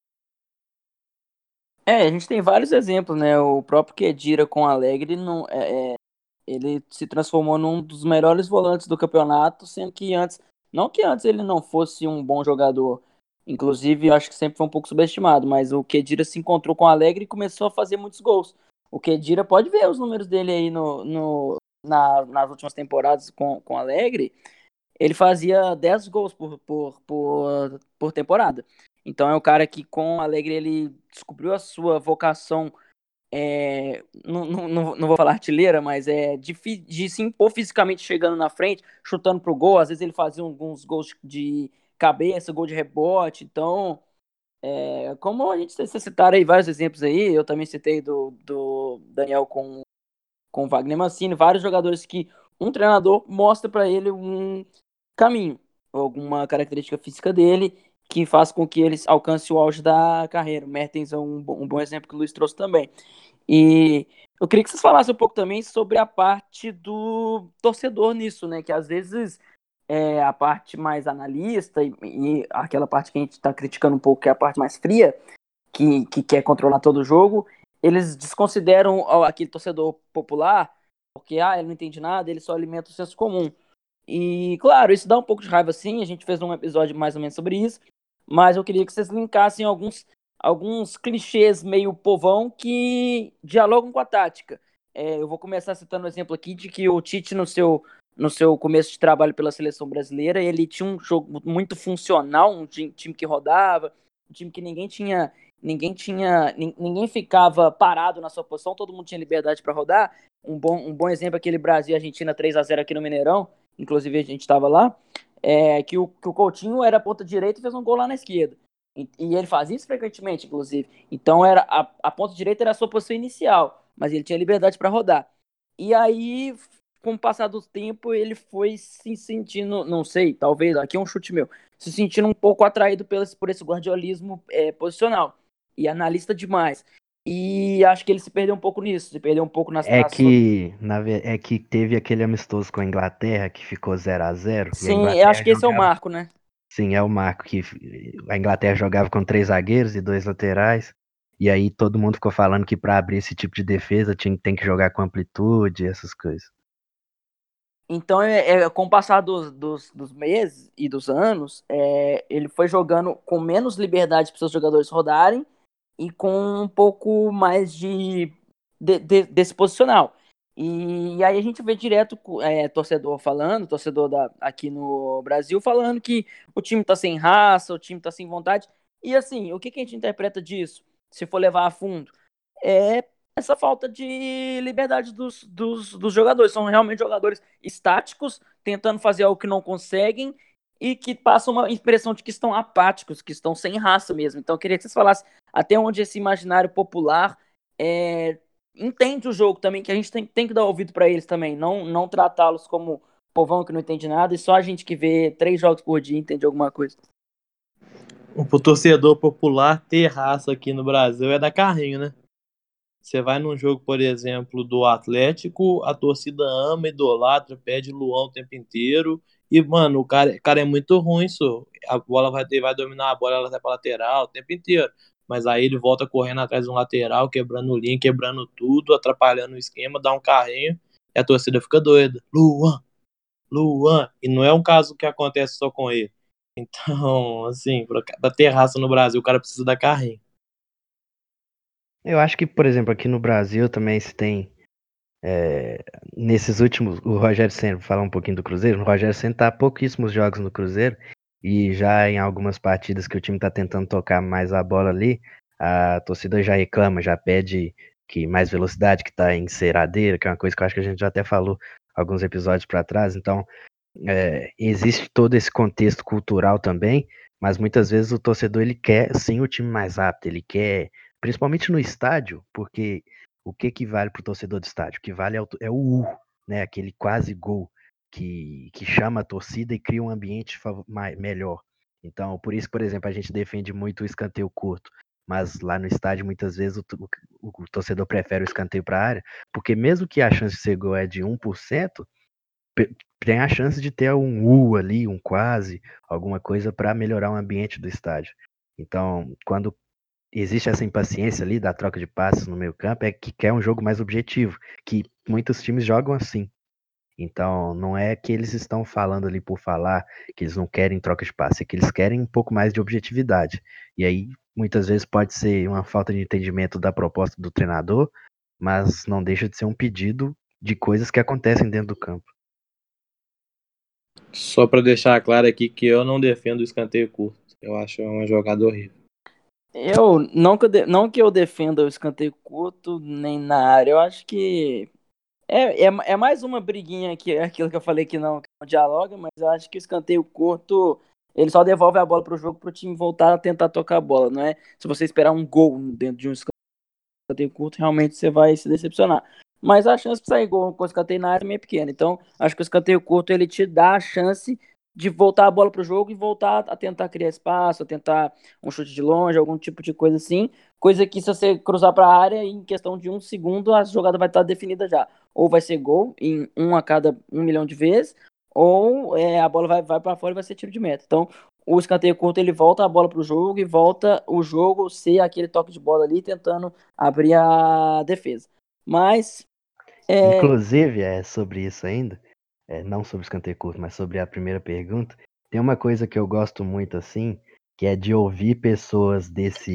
A gente tem vários exemplos, né? O próprio Khedira com o Allegri, não, ele se transformou num dos melhores volantes do campeonato, sendo que antes, não que antes ele não fosse um bom jogador, inclusive eu acho que sempre foi um pouco subestimado, mas o Khedira se encontrou com o Allegri e começou a fazer muitos gols. O Khedira pode ver os números dele aí nas últimas temporadas com o Allegri, ele fazia 10 gols por temporada. Então é um cara que com o Allegri ele descobriu a sua vocação, não vou falar artilheira, mas de se impor fisicamente chegando na frente, chutando pro gol. Às vezes ele fazia alguns gols de cabeça, gol de rebote. Então, como a gente citaram aí vários exemplos aí, eu também citei do Daniel com o Wagner Mancini, vários jogadores que um treinador mostra para ele um caminho, alguma característica física dele que faz com que ele alcance o auge da carreira. O Mertens é um bom exemplo que o Luiz trouxe também. E eu queria que vocês falassem um pouco também sobre a parte do torcedor nisso, né? Que às vezes é a parte mais analista e aquela parte que a gente está criticando um pouco, que é a parte mais fria, que quer controlar todo o jogo, eles desconsideram aquele torcedor popular, porque ele não entende nada, ele só alimenta o senso comum. E, claro, isso dá um pouco de raiva, sim. A gente fez um episódio mais ou menos sobre isso. Mas eu queria que vocês linkassem alguns clichês meio povão que dialogam com a tática. Eu vou começar citando um exemplo aqui de que o Tite, no seu começo de trabalho pela seleção brasileira, ele tinha um jogo muito funcional, um time que rodava, um time que ninguém ficava parado na sua posição, todo mundo tinha liberdade para rodar. Um bom exemplo é aquele Brasil e Argentina 3-0 aqui no Mineirão, inclusive a gente estava lá, que o Coutinho era ponta direita e fez um gol lá na esquerda. E ele fazia isso frequentemente, inclusive. Então a ponta direita era a sua posição inicial, mas ele tinha liberdade para rodar. E aí, com o passar do tempo, ele foi se sentindo, não sei, talvez, aqui é um chute meu, se sentindo um pouco atraído por esse guardiolismo posicional e analista demais. E acho que ele se perdeu um pouco nisso, se perdeu um pouco É que teve aquele amistoso com a Inglaterra que ficou 0-0 e a Sim, eu acho Inglaterra que esse é o jogava. marco, né? Sim, é o marco que a Inglaterra jogava com 3 zagueiros e 2 laterais. E aí todo mundo ficou falando que para abrir esse tipo de defesa tem que jogar com amplitude, essas coisas. Então, com o passar dos meses e dos anos, ele foi jogando com menos liberdade para seus jogadores rodarem e com um pouco mais desse posicional. E aí a gente vê direto torcedor aqui no Brasil falando que o time tá sem raça, o time tá sem vontade. E assim, o que a gente interpreta disso, se for levar a fundo? É essa falta de liberdade dos jogadores. São realmente jogadores estáticos, tentando fazer algo que não conseguem e que passam uma impressão de que estão apáticos, que estão sem raça mesmo. Então eu queria que vocês falassem até onde esse imaginário popular entende o jogo também, que a gente tem que dar ouvido para eles também, não tratá-los como povão que não entende nada e só a gente que vê 3 jogos por dia entende alguma coisa. O torcedor popular ter raça aqui no Brasil é dar carrinho, né? Você vai num jogo, por exemplo, do Atlético, a torcida ama, idolatra, pede Luan o tempo inteiro. E, mano, o cara é muito ruim, só. A bola vai dominar a bola, ela vai pra lateral o tempo inteiro. Mas aí ele volta correndo atrás de um lateral, quebrando o linha, quebrando tudo, atrapalhando o esquema, dá um carrinho e a torcida fica doida. Luan, Luan. E não é um caso que acontece só com ele. Então, assim, pra ter raça no Brasil, o cara precisa dar carrinho. Eu acho que, por exemplo, aqui no Brasil também se tem. Nesses últimos, o Rogério Ceni, vou falar um pouquinho do Cruzeiro. O Rogério Ceni tá há pouquíssimos jogos no Cruzeiro e já em algumas partidas que o time tá tentando tocar mais a bola ali, a torcida já reclama, já pede que mais velocidade, que tá em enceradeira, que é uma coisa que eu acho que a gente já até falou alguns episódios para trás. Então, existe todo esse contexto cultural também, mas muitas vezes o torcedor ele quer sim o time mais rápido, ele quer, principalmente no estádio, porque o que vale para o torcedor do estádio? O que vale é o U, né? Aquele quase gol que chama a torcida e cria um ambiente melhor. Então, por isso, por exemplo, a gente defende muito o escanteio curto, mas lá no estádio muitas vezes o torcedor prefere o escanteio para a área, porque mesmo que a chance de ser gol é de 1%, tem a chance de ter um U ali, um quase, alguma coisa para melhorar o ambiente do estádio. Então, quando existe essa impaciência ali da troca de passes no meio campo, é que quer um jogo mais objetivo, que muitos times jogam assim. Então, não é que eles estão falando ali por falar, que eles não querem troca de passe, é que eles querem um pouco mais de objetividade. E aí, muitas vezes pode ser uma falta de entendimento da proposta do treinador, mas não deixa de ser um pedido de coisas que acontecem dentro do campo. Só para deixar claro aqui que eu não defendo o escanteio curto. Eu acho uma jogada horrível. Eu não que eu defenda o escanteio curto nem na área, eu acho que é mais uma briguinha que é aquilo que eu falei que não dialoga, mas eu acho que o escanteio curto ele só devolve a bola pro jogo pro time voltar a tentar tocar a bola, não é? Se você esperar um gol dentro de um escanteio curto, realmente você vai se decepcionar. Mas a chance de sair gol com o escanteio na área é meio pequena. Então, acho que o escanteio curto ele te dá a chance de voltar a bola pro jogo e voltar a tentar criar espaço, a tentar um chute de longe, algum tipo de coisa assim. Coisa que se você cruzar para a área, em questão de um segundo, a jogada vai estar definida já. Ou vai ser gol em um a cada 1 milhão de vezes, ou a bola vai para fora e vai ser tiro de meta. Então, o escanteio curto ele volta a bola pro jogo e volta o jogo ser aquele toque de bola ali tentando abrir a defesa. Mas Inclusive, sobre isso ainda, não sobre o escanteio curto, mas sobre a primeira pergunta, tem uma coisa que eu gosto muito, assim, que é de ouvir pessoas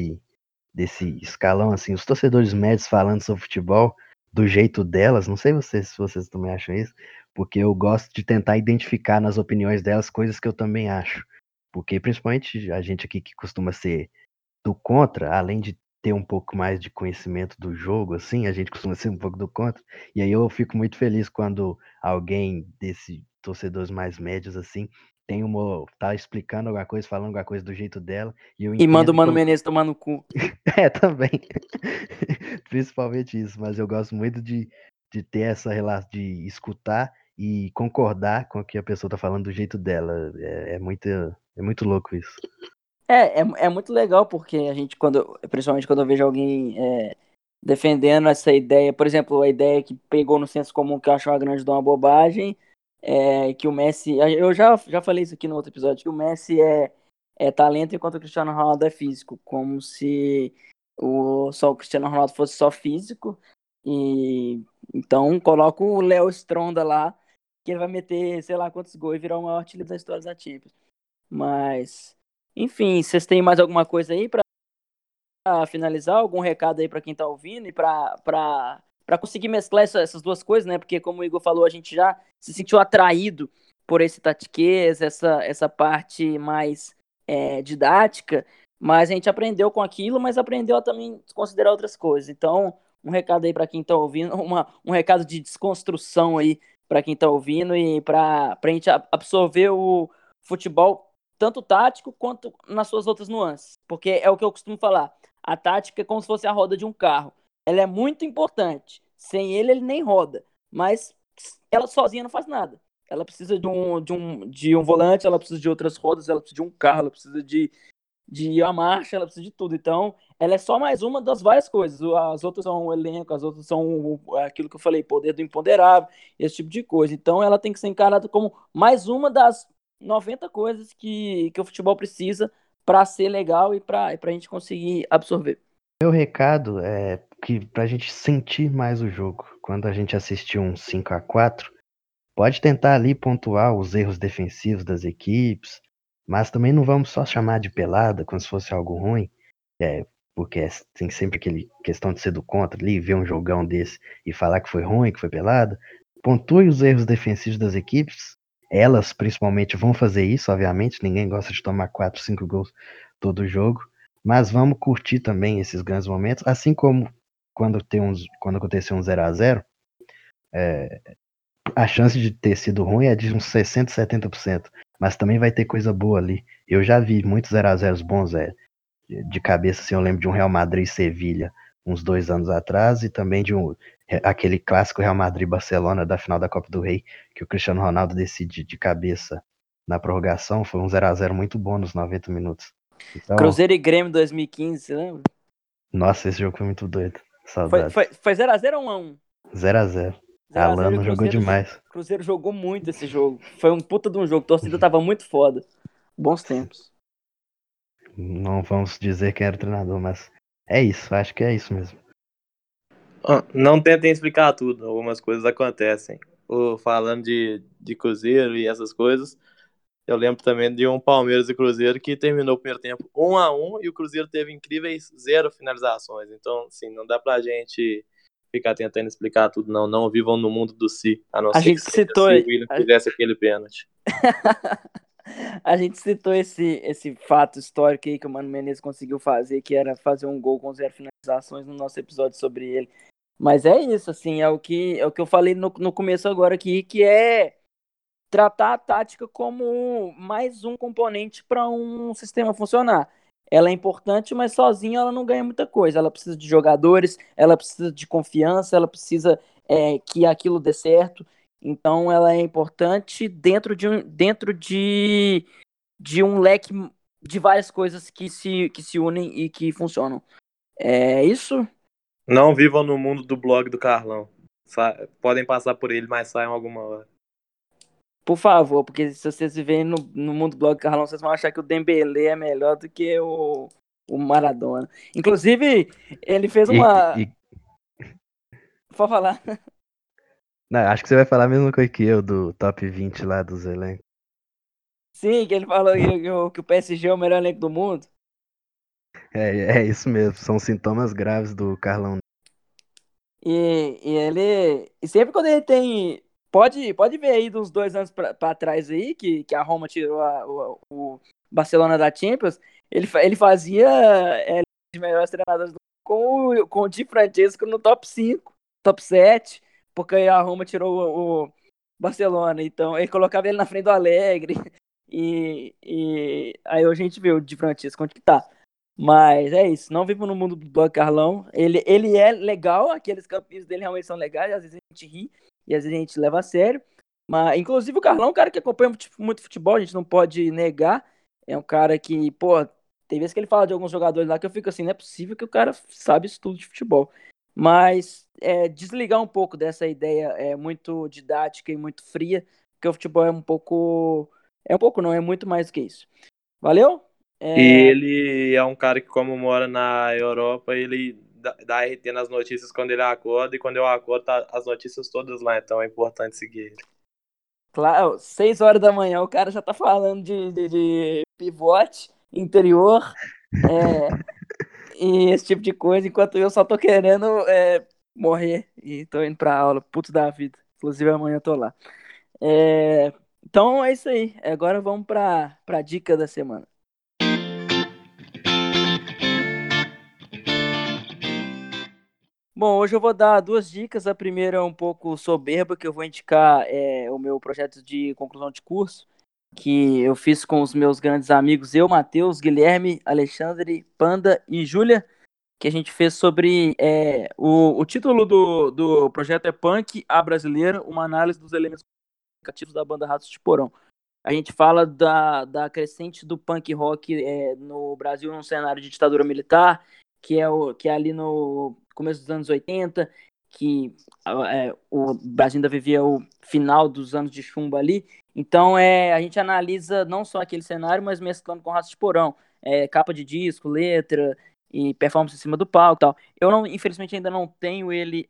desse escalão, assim, os torcedores médios falando sobre futebol do jeito delas, não sei se vocês também acham isso, porque eu gosto de tentar identificar nas opiniões delas coisas que eu também acho. Porque principalmente a gente aqui que costuma ser do contra, além de ter um pouco mais de conhecimento do jogo, assim, a gente costuma ser um pouco do contra. E aí eu fico muito feliz quando alguém desse torcedores mais médios, assim, tá explicando alguma coisa, falando alguma coisa do jeito dela, e eu e manda o entendo. Mano Menezes tomar no cu. Também. Principalmente isso, mas eu gosto muito de ter essa relação, de escutar e concordar com o que a pessoa tá falando do jeito dela. É muito louco isso. É muito legal porque a gente, principalmente quando eu vejo alguém defendendo essa ideia, por exemplo, a ideia que pegou no senso comum que eu acho uma grande de uma bobagem, que o Messi, eu já falei isso aqui no outro episódio, que o Messi é talento enquanto o Cristiano Ronaldo é físico, como se só o Cristiano Ronaldo fosse só físico, e então coloca o Léo Stronda lá, que ele vai meter, sei lá quantos gols e virar o maior artilheiro da história da Champions. Mas, enfim, vocês têm mais alguma coisa aí para finalizar? Algum recado aí para quem tá ouvindo e para conseguir mesclar essas duas coisas, né? Porque, como o Igor falou, a gente já se sentiu atraído por esse tatiquês, essa parte mais didática, mas a gente aprendeu com aquilo, mas aprendeu a também considerar outras coisas. Então, um recado aí para quem tá ouvindo, um recado de desconstrução aí para quem tá ouvindo e para a gente absorver o futebol tanto tático quanto nas suas outras nuances. Porque é o que eu costumo falar. A tática é como se fosse a roda de um carro. Ela é muito importante. Sem ele nem roda. Mas ela sozinha não faz nada. Ela precisa de um volante, ela precisa de outras rodas, ela precisa de um carro, ela precisa de a marcha, ela precisa de tudo. Então, ela é só mais uma das várias coisas. As outras são o elenco, as outras são aquilo que eu falei, poder do imponderável, esse tipo de coisa. Então, ela tem que ser encarada como mais uma das 90 coisas que o futebol precisa para ser legal e para a gente conseguir absorver. Meu recado é que pra gente sentir mais o jogo, quando a gente assistir um 5-4, pode tentar ali pontuar os erros defensivos das equipes, mas também não vamos só chamar de pelada como se fosse algo ruim, porque tem sempre aquele questão de ser do contra ali, ver um jogão desse e falar que foi ruim, que foi pelada. Pontue os erros defensivos das equipes, elas principalmente vão fazer isso, obviamente, ninguém gosta de tomar 4, 5 gols todo jogo, mas vamos curtir também esses grandes momentos, assim como quando aconteceu um 0-0, a chance de ter sido ruim é de uns 60, 70%, mas também vai ter coisa boa ali. Eu já vi muitos 0-0 bons, de cabeça, assim, eu lembro de um Real Madrid e Sevilha uns 2 anos atrás, e também de aquele clássico Real Madrid-Barcelona da final da Copa do Rei, que o Cristiano Ronaldo decide de cabeça na prorrogação. Foi um 0-0 muito bom nos 90 minutos. Então, Cruzeiro e Grêmio 2015, você lembra? nossa, esse jogo foi muito doido. Foi, Saudades. foi, foi 0x0 ou 1x1? 0-0. 0x0 e o Alano jogou Cruzeiro, demais. Cruzeiro jogou muito esse jogo. Foi um puta de um jogo. A torcida tava muito foda. Bons tempos. Não vamos dizer quem era o treinador, mas é isso, acho que é isso mesmo. Não tentem explicar tudo, algumas coisas acontecem. Falando de Cruzeiro e essas coisas, eu lembro também de um Palmeiras e Cruzeiro que terminou o primeiro tempo 1-1 e o Cruzeiro teve incríveis 0 finalizações. Então, assim, não dá pra gente ficar tentando explicar tudo, não. Não vivam no mundo do si, a não A ser que gente seja citou, se o William fizesse aquele pênalti. a gente citou esse fato histórico aí que o Mano Menezes conseguiu fazer, que era fazer um gol com 0 finalizações no nosso episódio sobre ele. Mas é isso, assim, é o que eu falei no começo agora aqui, que é tratar a tática como mais um componente para um sistema funcionar. Ela é importante, mas sozinha ela não ganha muita coisa. Ela precisa de jogadores, ela precisa de confiança, ela precisa que aquilo dê certo. Então ela é importante dentro de um leque de várias coisas que se unem e que funcionam. É isso? Não vivam no mundo do blog do Carlão. Podem passar por ele, mas saiam alguma hora. Por favor, porque se vocês viverem no mundo do blog Carlão, vocês vão achar que o Dembélé é melhor do que o Maradona. Inclusive, ele fez uma. Pode falar. Não, acho que você vai falar a mesma coisa que eu do top 20 lá dos elencos. Sim, que ele falou que o PSG é o melhor elenco do mundo. É isso mesmo, são sintomas graves do Carlão. E ele. E sempre quando ele tem. Pode ver aí dos 2 anos pra trás aí, que a Roma tirou o Barcelona da Champions. Ele fazia de melhores treinadores do mundo com o Di Francesco no top 5, top 7, porque a Roma tirou o Barcelona. Então ele colocava ele na frente do Alegre. E aí hoje a gente vê o Di Francesco onde que tá. Mas é isso, não vivo no mundo do Carlão. Ele é legal, aqueles campinhos dele realmente são legais, às vezes a gente ri e às vezes a gente leva a sério. Mas, inclusive, o Carlão é um cara que acompanha muito futebol, a gente não pode negar. É um cara que, pô, tem vezes que ele fala de alguns jogadores lá que eu fico assim, não é possível que o cara sabe isso tudo de futebol. Mas desligar um pouco dessa ideia muito didática e muito fria, porque o futebol é um pouco. É um pouco não, é muito mais do que isso. Valeu? E ele é um cara que, como mora na Europa, ele dá RT nas notícias quando ele acorda, e quando eu acordo, tá as notícias todas lá, então é importante seguir ele. Claro, 6 horas da manhã o cara já tá falando de pivote, interior, e esse tipo de coisa, enquanto eu só tô querendo morrer e tô indo pra aula, puto da vida. Inclusive amanhã eu tô lá. Então é isso aí. Agora vamos pra dica da semana. Bom, hoje eu vou dar 2 dicas. A primeira é um pouco soberba, que eu vou indicar o meu projeto de conclusão de curso, que eu fiz com os meus grandes amigos, eu, Matheus, Guilherme, Alexandre, Panda e Júlia, que a gente fez sobre. O título do projeto é Punk, a Brasileira, uma análise dos elementos comunicativos da banda Ratos de Porão. A gente fala da crescente do punk rock no Brasil num cenário de ditadura militar, que é ali no começo dos anos 80, que o Brasil ainda vivia o final dos anos de chumbo ali. Então a gente analisa não só aquele cenário, mas mesclando com Ratos de Porão, capa de disco, letra e performance em cima do palco e tal. Eu, não, infelizmente, ainda não tenho ele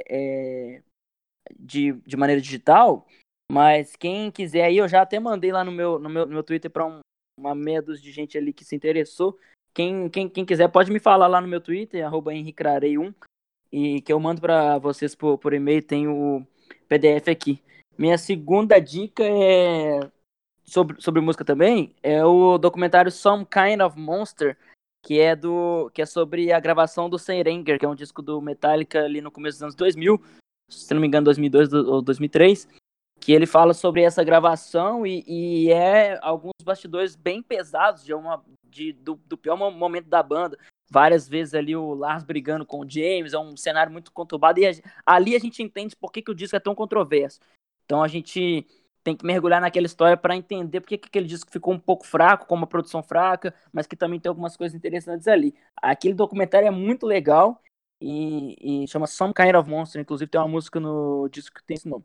de maneira digital, mas quem quiser aí, eu já até mandei lá no meu Twitter para uma meia dúzia de gente ali que se interessou. Quem quiser pode me falar lá no meu Twitter, @henricrarei1, e que eu mando para vocês por e-mail, tem o PDF aqui. Minha segunda dica sobre música também, é o documentário Some Kind of Monster, que é sobre a gravação do Serenger, que é um disco do Metallica ali no começo dos anos 2000, se não me engano 2002 ou 2003, que ele fala sobre essa gravação e alguns bastidores bem pesados do pior momento da banda. Várias vezes ali o Lars brigando com o James, é um cenário muito conturbado, e ali a gente entende por que o disco é tão controverso. Então a gente tem que mergulhar naquela história para entender por que aquele disco ficou um pouco fraco, com uma produção fraca, mas que também tem algumas coisas interessantes ali. Aquele documentário é muito legal e chama Some Kind of Monster, inclusive tem uma música no disco que tem esse nome.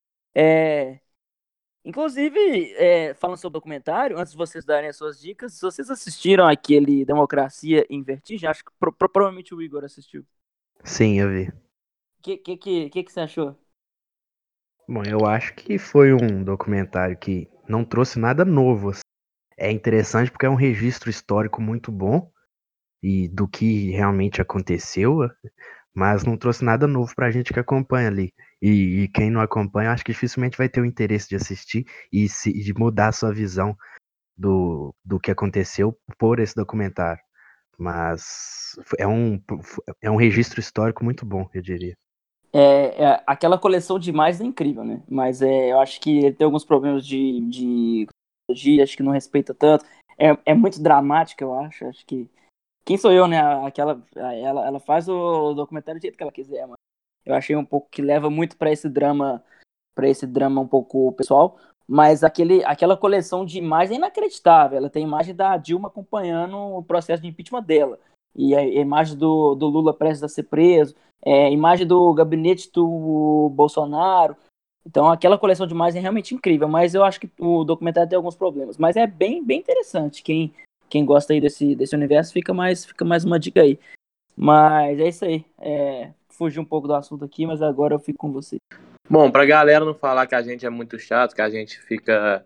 Inclusive, falando sobre o documentário, antes de vocês darem as suas dicas, se vocês assistiram aquele Democracia em Vertigem, acho que provavelmente o Igor assistiu. Sim, eu vi. O que você achou? Bom, eu acho que foi um documentário que não trouxe nada novo, assim. É interessante porque é um registro histórico muito bom e do que realmente aconteceu, mas não trouxe nada novo pra gente que acompanha ali. E quem não acompanha, acho que dificilmente vai ter o interesse de assistir e de mudar a sua visão do que aconteceu por esse documentário. Mas é um registro histórico muito bom, eu diria. Aquela coleção de imagens é incrível, né? Mas eu acho que ele tem alguns problemas de cronologia, acho que não respeita tanto. É muito dramático, eu acho. Acho que. Quem sou eu, né? Ela faz o documentário do jeito que ela quiser, mano. Eu achei um pouco que leva muito para esse drama um pouco pessoal, mas aquela coleção de imagens é inacreditável. Ela tem imagem da Dilma acompanhando o processo de impeachment dela, e a imagem do Lula prestes a ser preso, imagem do gabinete do Bolsonaro. Então aquela coleção de imagens é realmente incrível, mas eu acho que o documentário tem alguns problemas. Mas é bem, bem interessante. Quem gosta aí desse universo, fica mais uma dica aí. Mas é isso aí. Fugi um pouco do assunto aqui, mas agora eu fico com você. Bom, pra galera não falar que a gente é muito chato, que a gente fica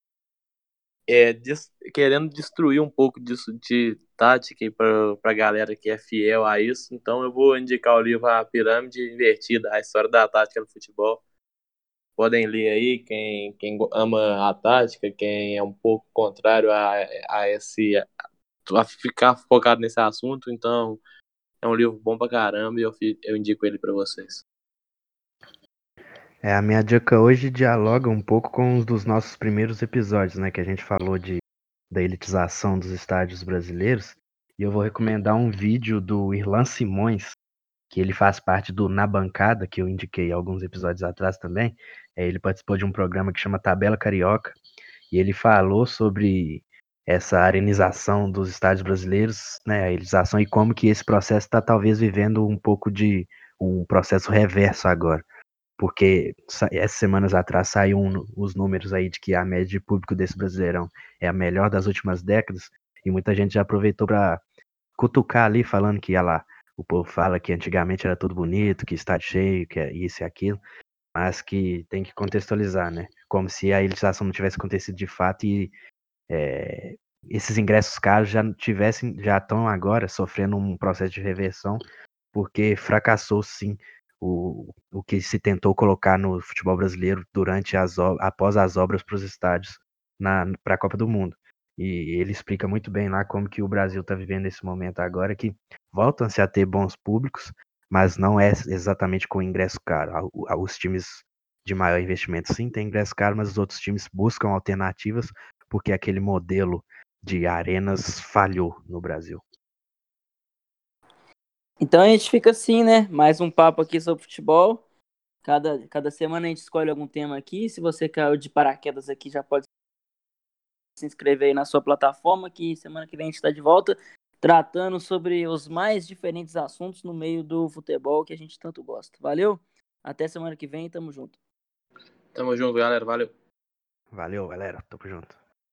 querendo destruir um pouco disso de tática e pra galera que é fiel a isso, então eu vou indicar o livro A Pirâmide Invertida, a história da tática no futebol. Podem ler aí, quem ama a tática, quem é um pouco contrário a ficar focado nesse assunto, então é um livro bom pra caramba e eu indico ele pra vocês. A minha dica hoje dialoga um pouco com um dos nossos primeiros episódios, né? Que a gente falou da elitização dos estádios brasileiros. E eu vou recomendar um vídeo do Irlan Simões, que ele faz parte do Na Bancada, que eu indiquei alguns episódios atrás também. Ele participou de um programa que chama Tabela Carioca, e ele falou sobre essa arenização dos estádios brasileiros, né, a elitização, e como que esse processo está talvez vivendo um pouco de um processo reverso agora. Porque essas semanas atrás saíram os números aí de que a média de público desse Brasileirão é a melhor das últimas décadas, e muita gente já aproveitou para cutucar ali, falando que, lá, o povo fala que antigamente era tudo bonito, que está cheio, que é isso e aquilo, mas que tem que contextualizar, né? Como se a elitização não tivesse acontecido de fato e esses ingressos caros já estão agora sofrendo um processo de reversão, porque fracassou sim o que se tentou colocar no futebol brasileiro após as obras para os estádios para a Copa do Mundo. E ele explica muito bem lá como que o Brasil está vivendo esse momento agora, que voltam-se a ter bons públicos, mas não é exatamente com ingresso caro. Os times de maior investimento sim têm ingresso caro, mas os outros times buscam alternativas, porque aquele modelo de arenas falhou no Brasil. Então a gente fica assim, né? Mais um papo aqui sobre futebol. Cada semana a gente escolhe algum tema aqui. Se você caiu de paraquedas aqui, já pode se inscrever aí na sua plataforma, que semana que vem a gente está de volta, tratando sobre os mais diferentes assuntos no meio do futebol que a gente tanto gosta. Valeu? Até semana que vem, tamo junto. Tamo junto, galera. Valeu. Valeu, galera. Tamo junto.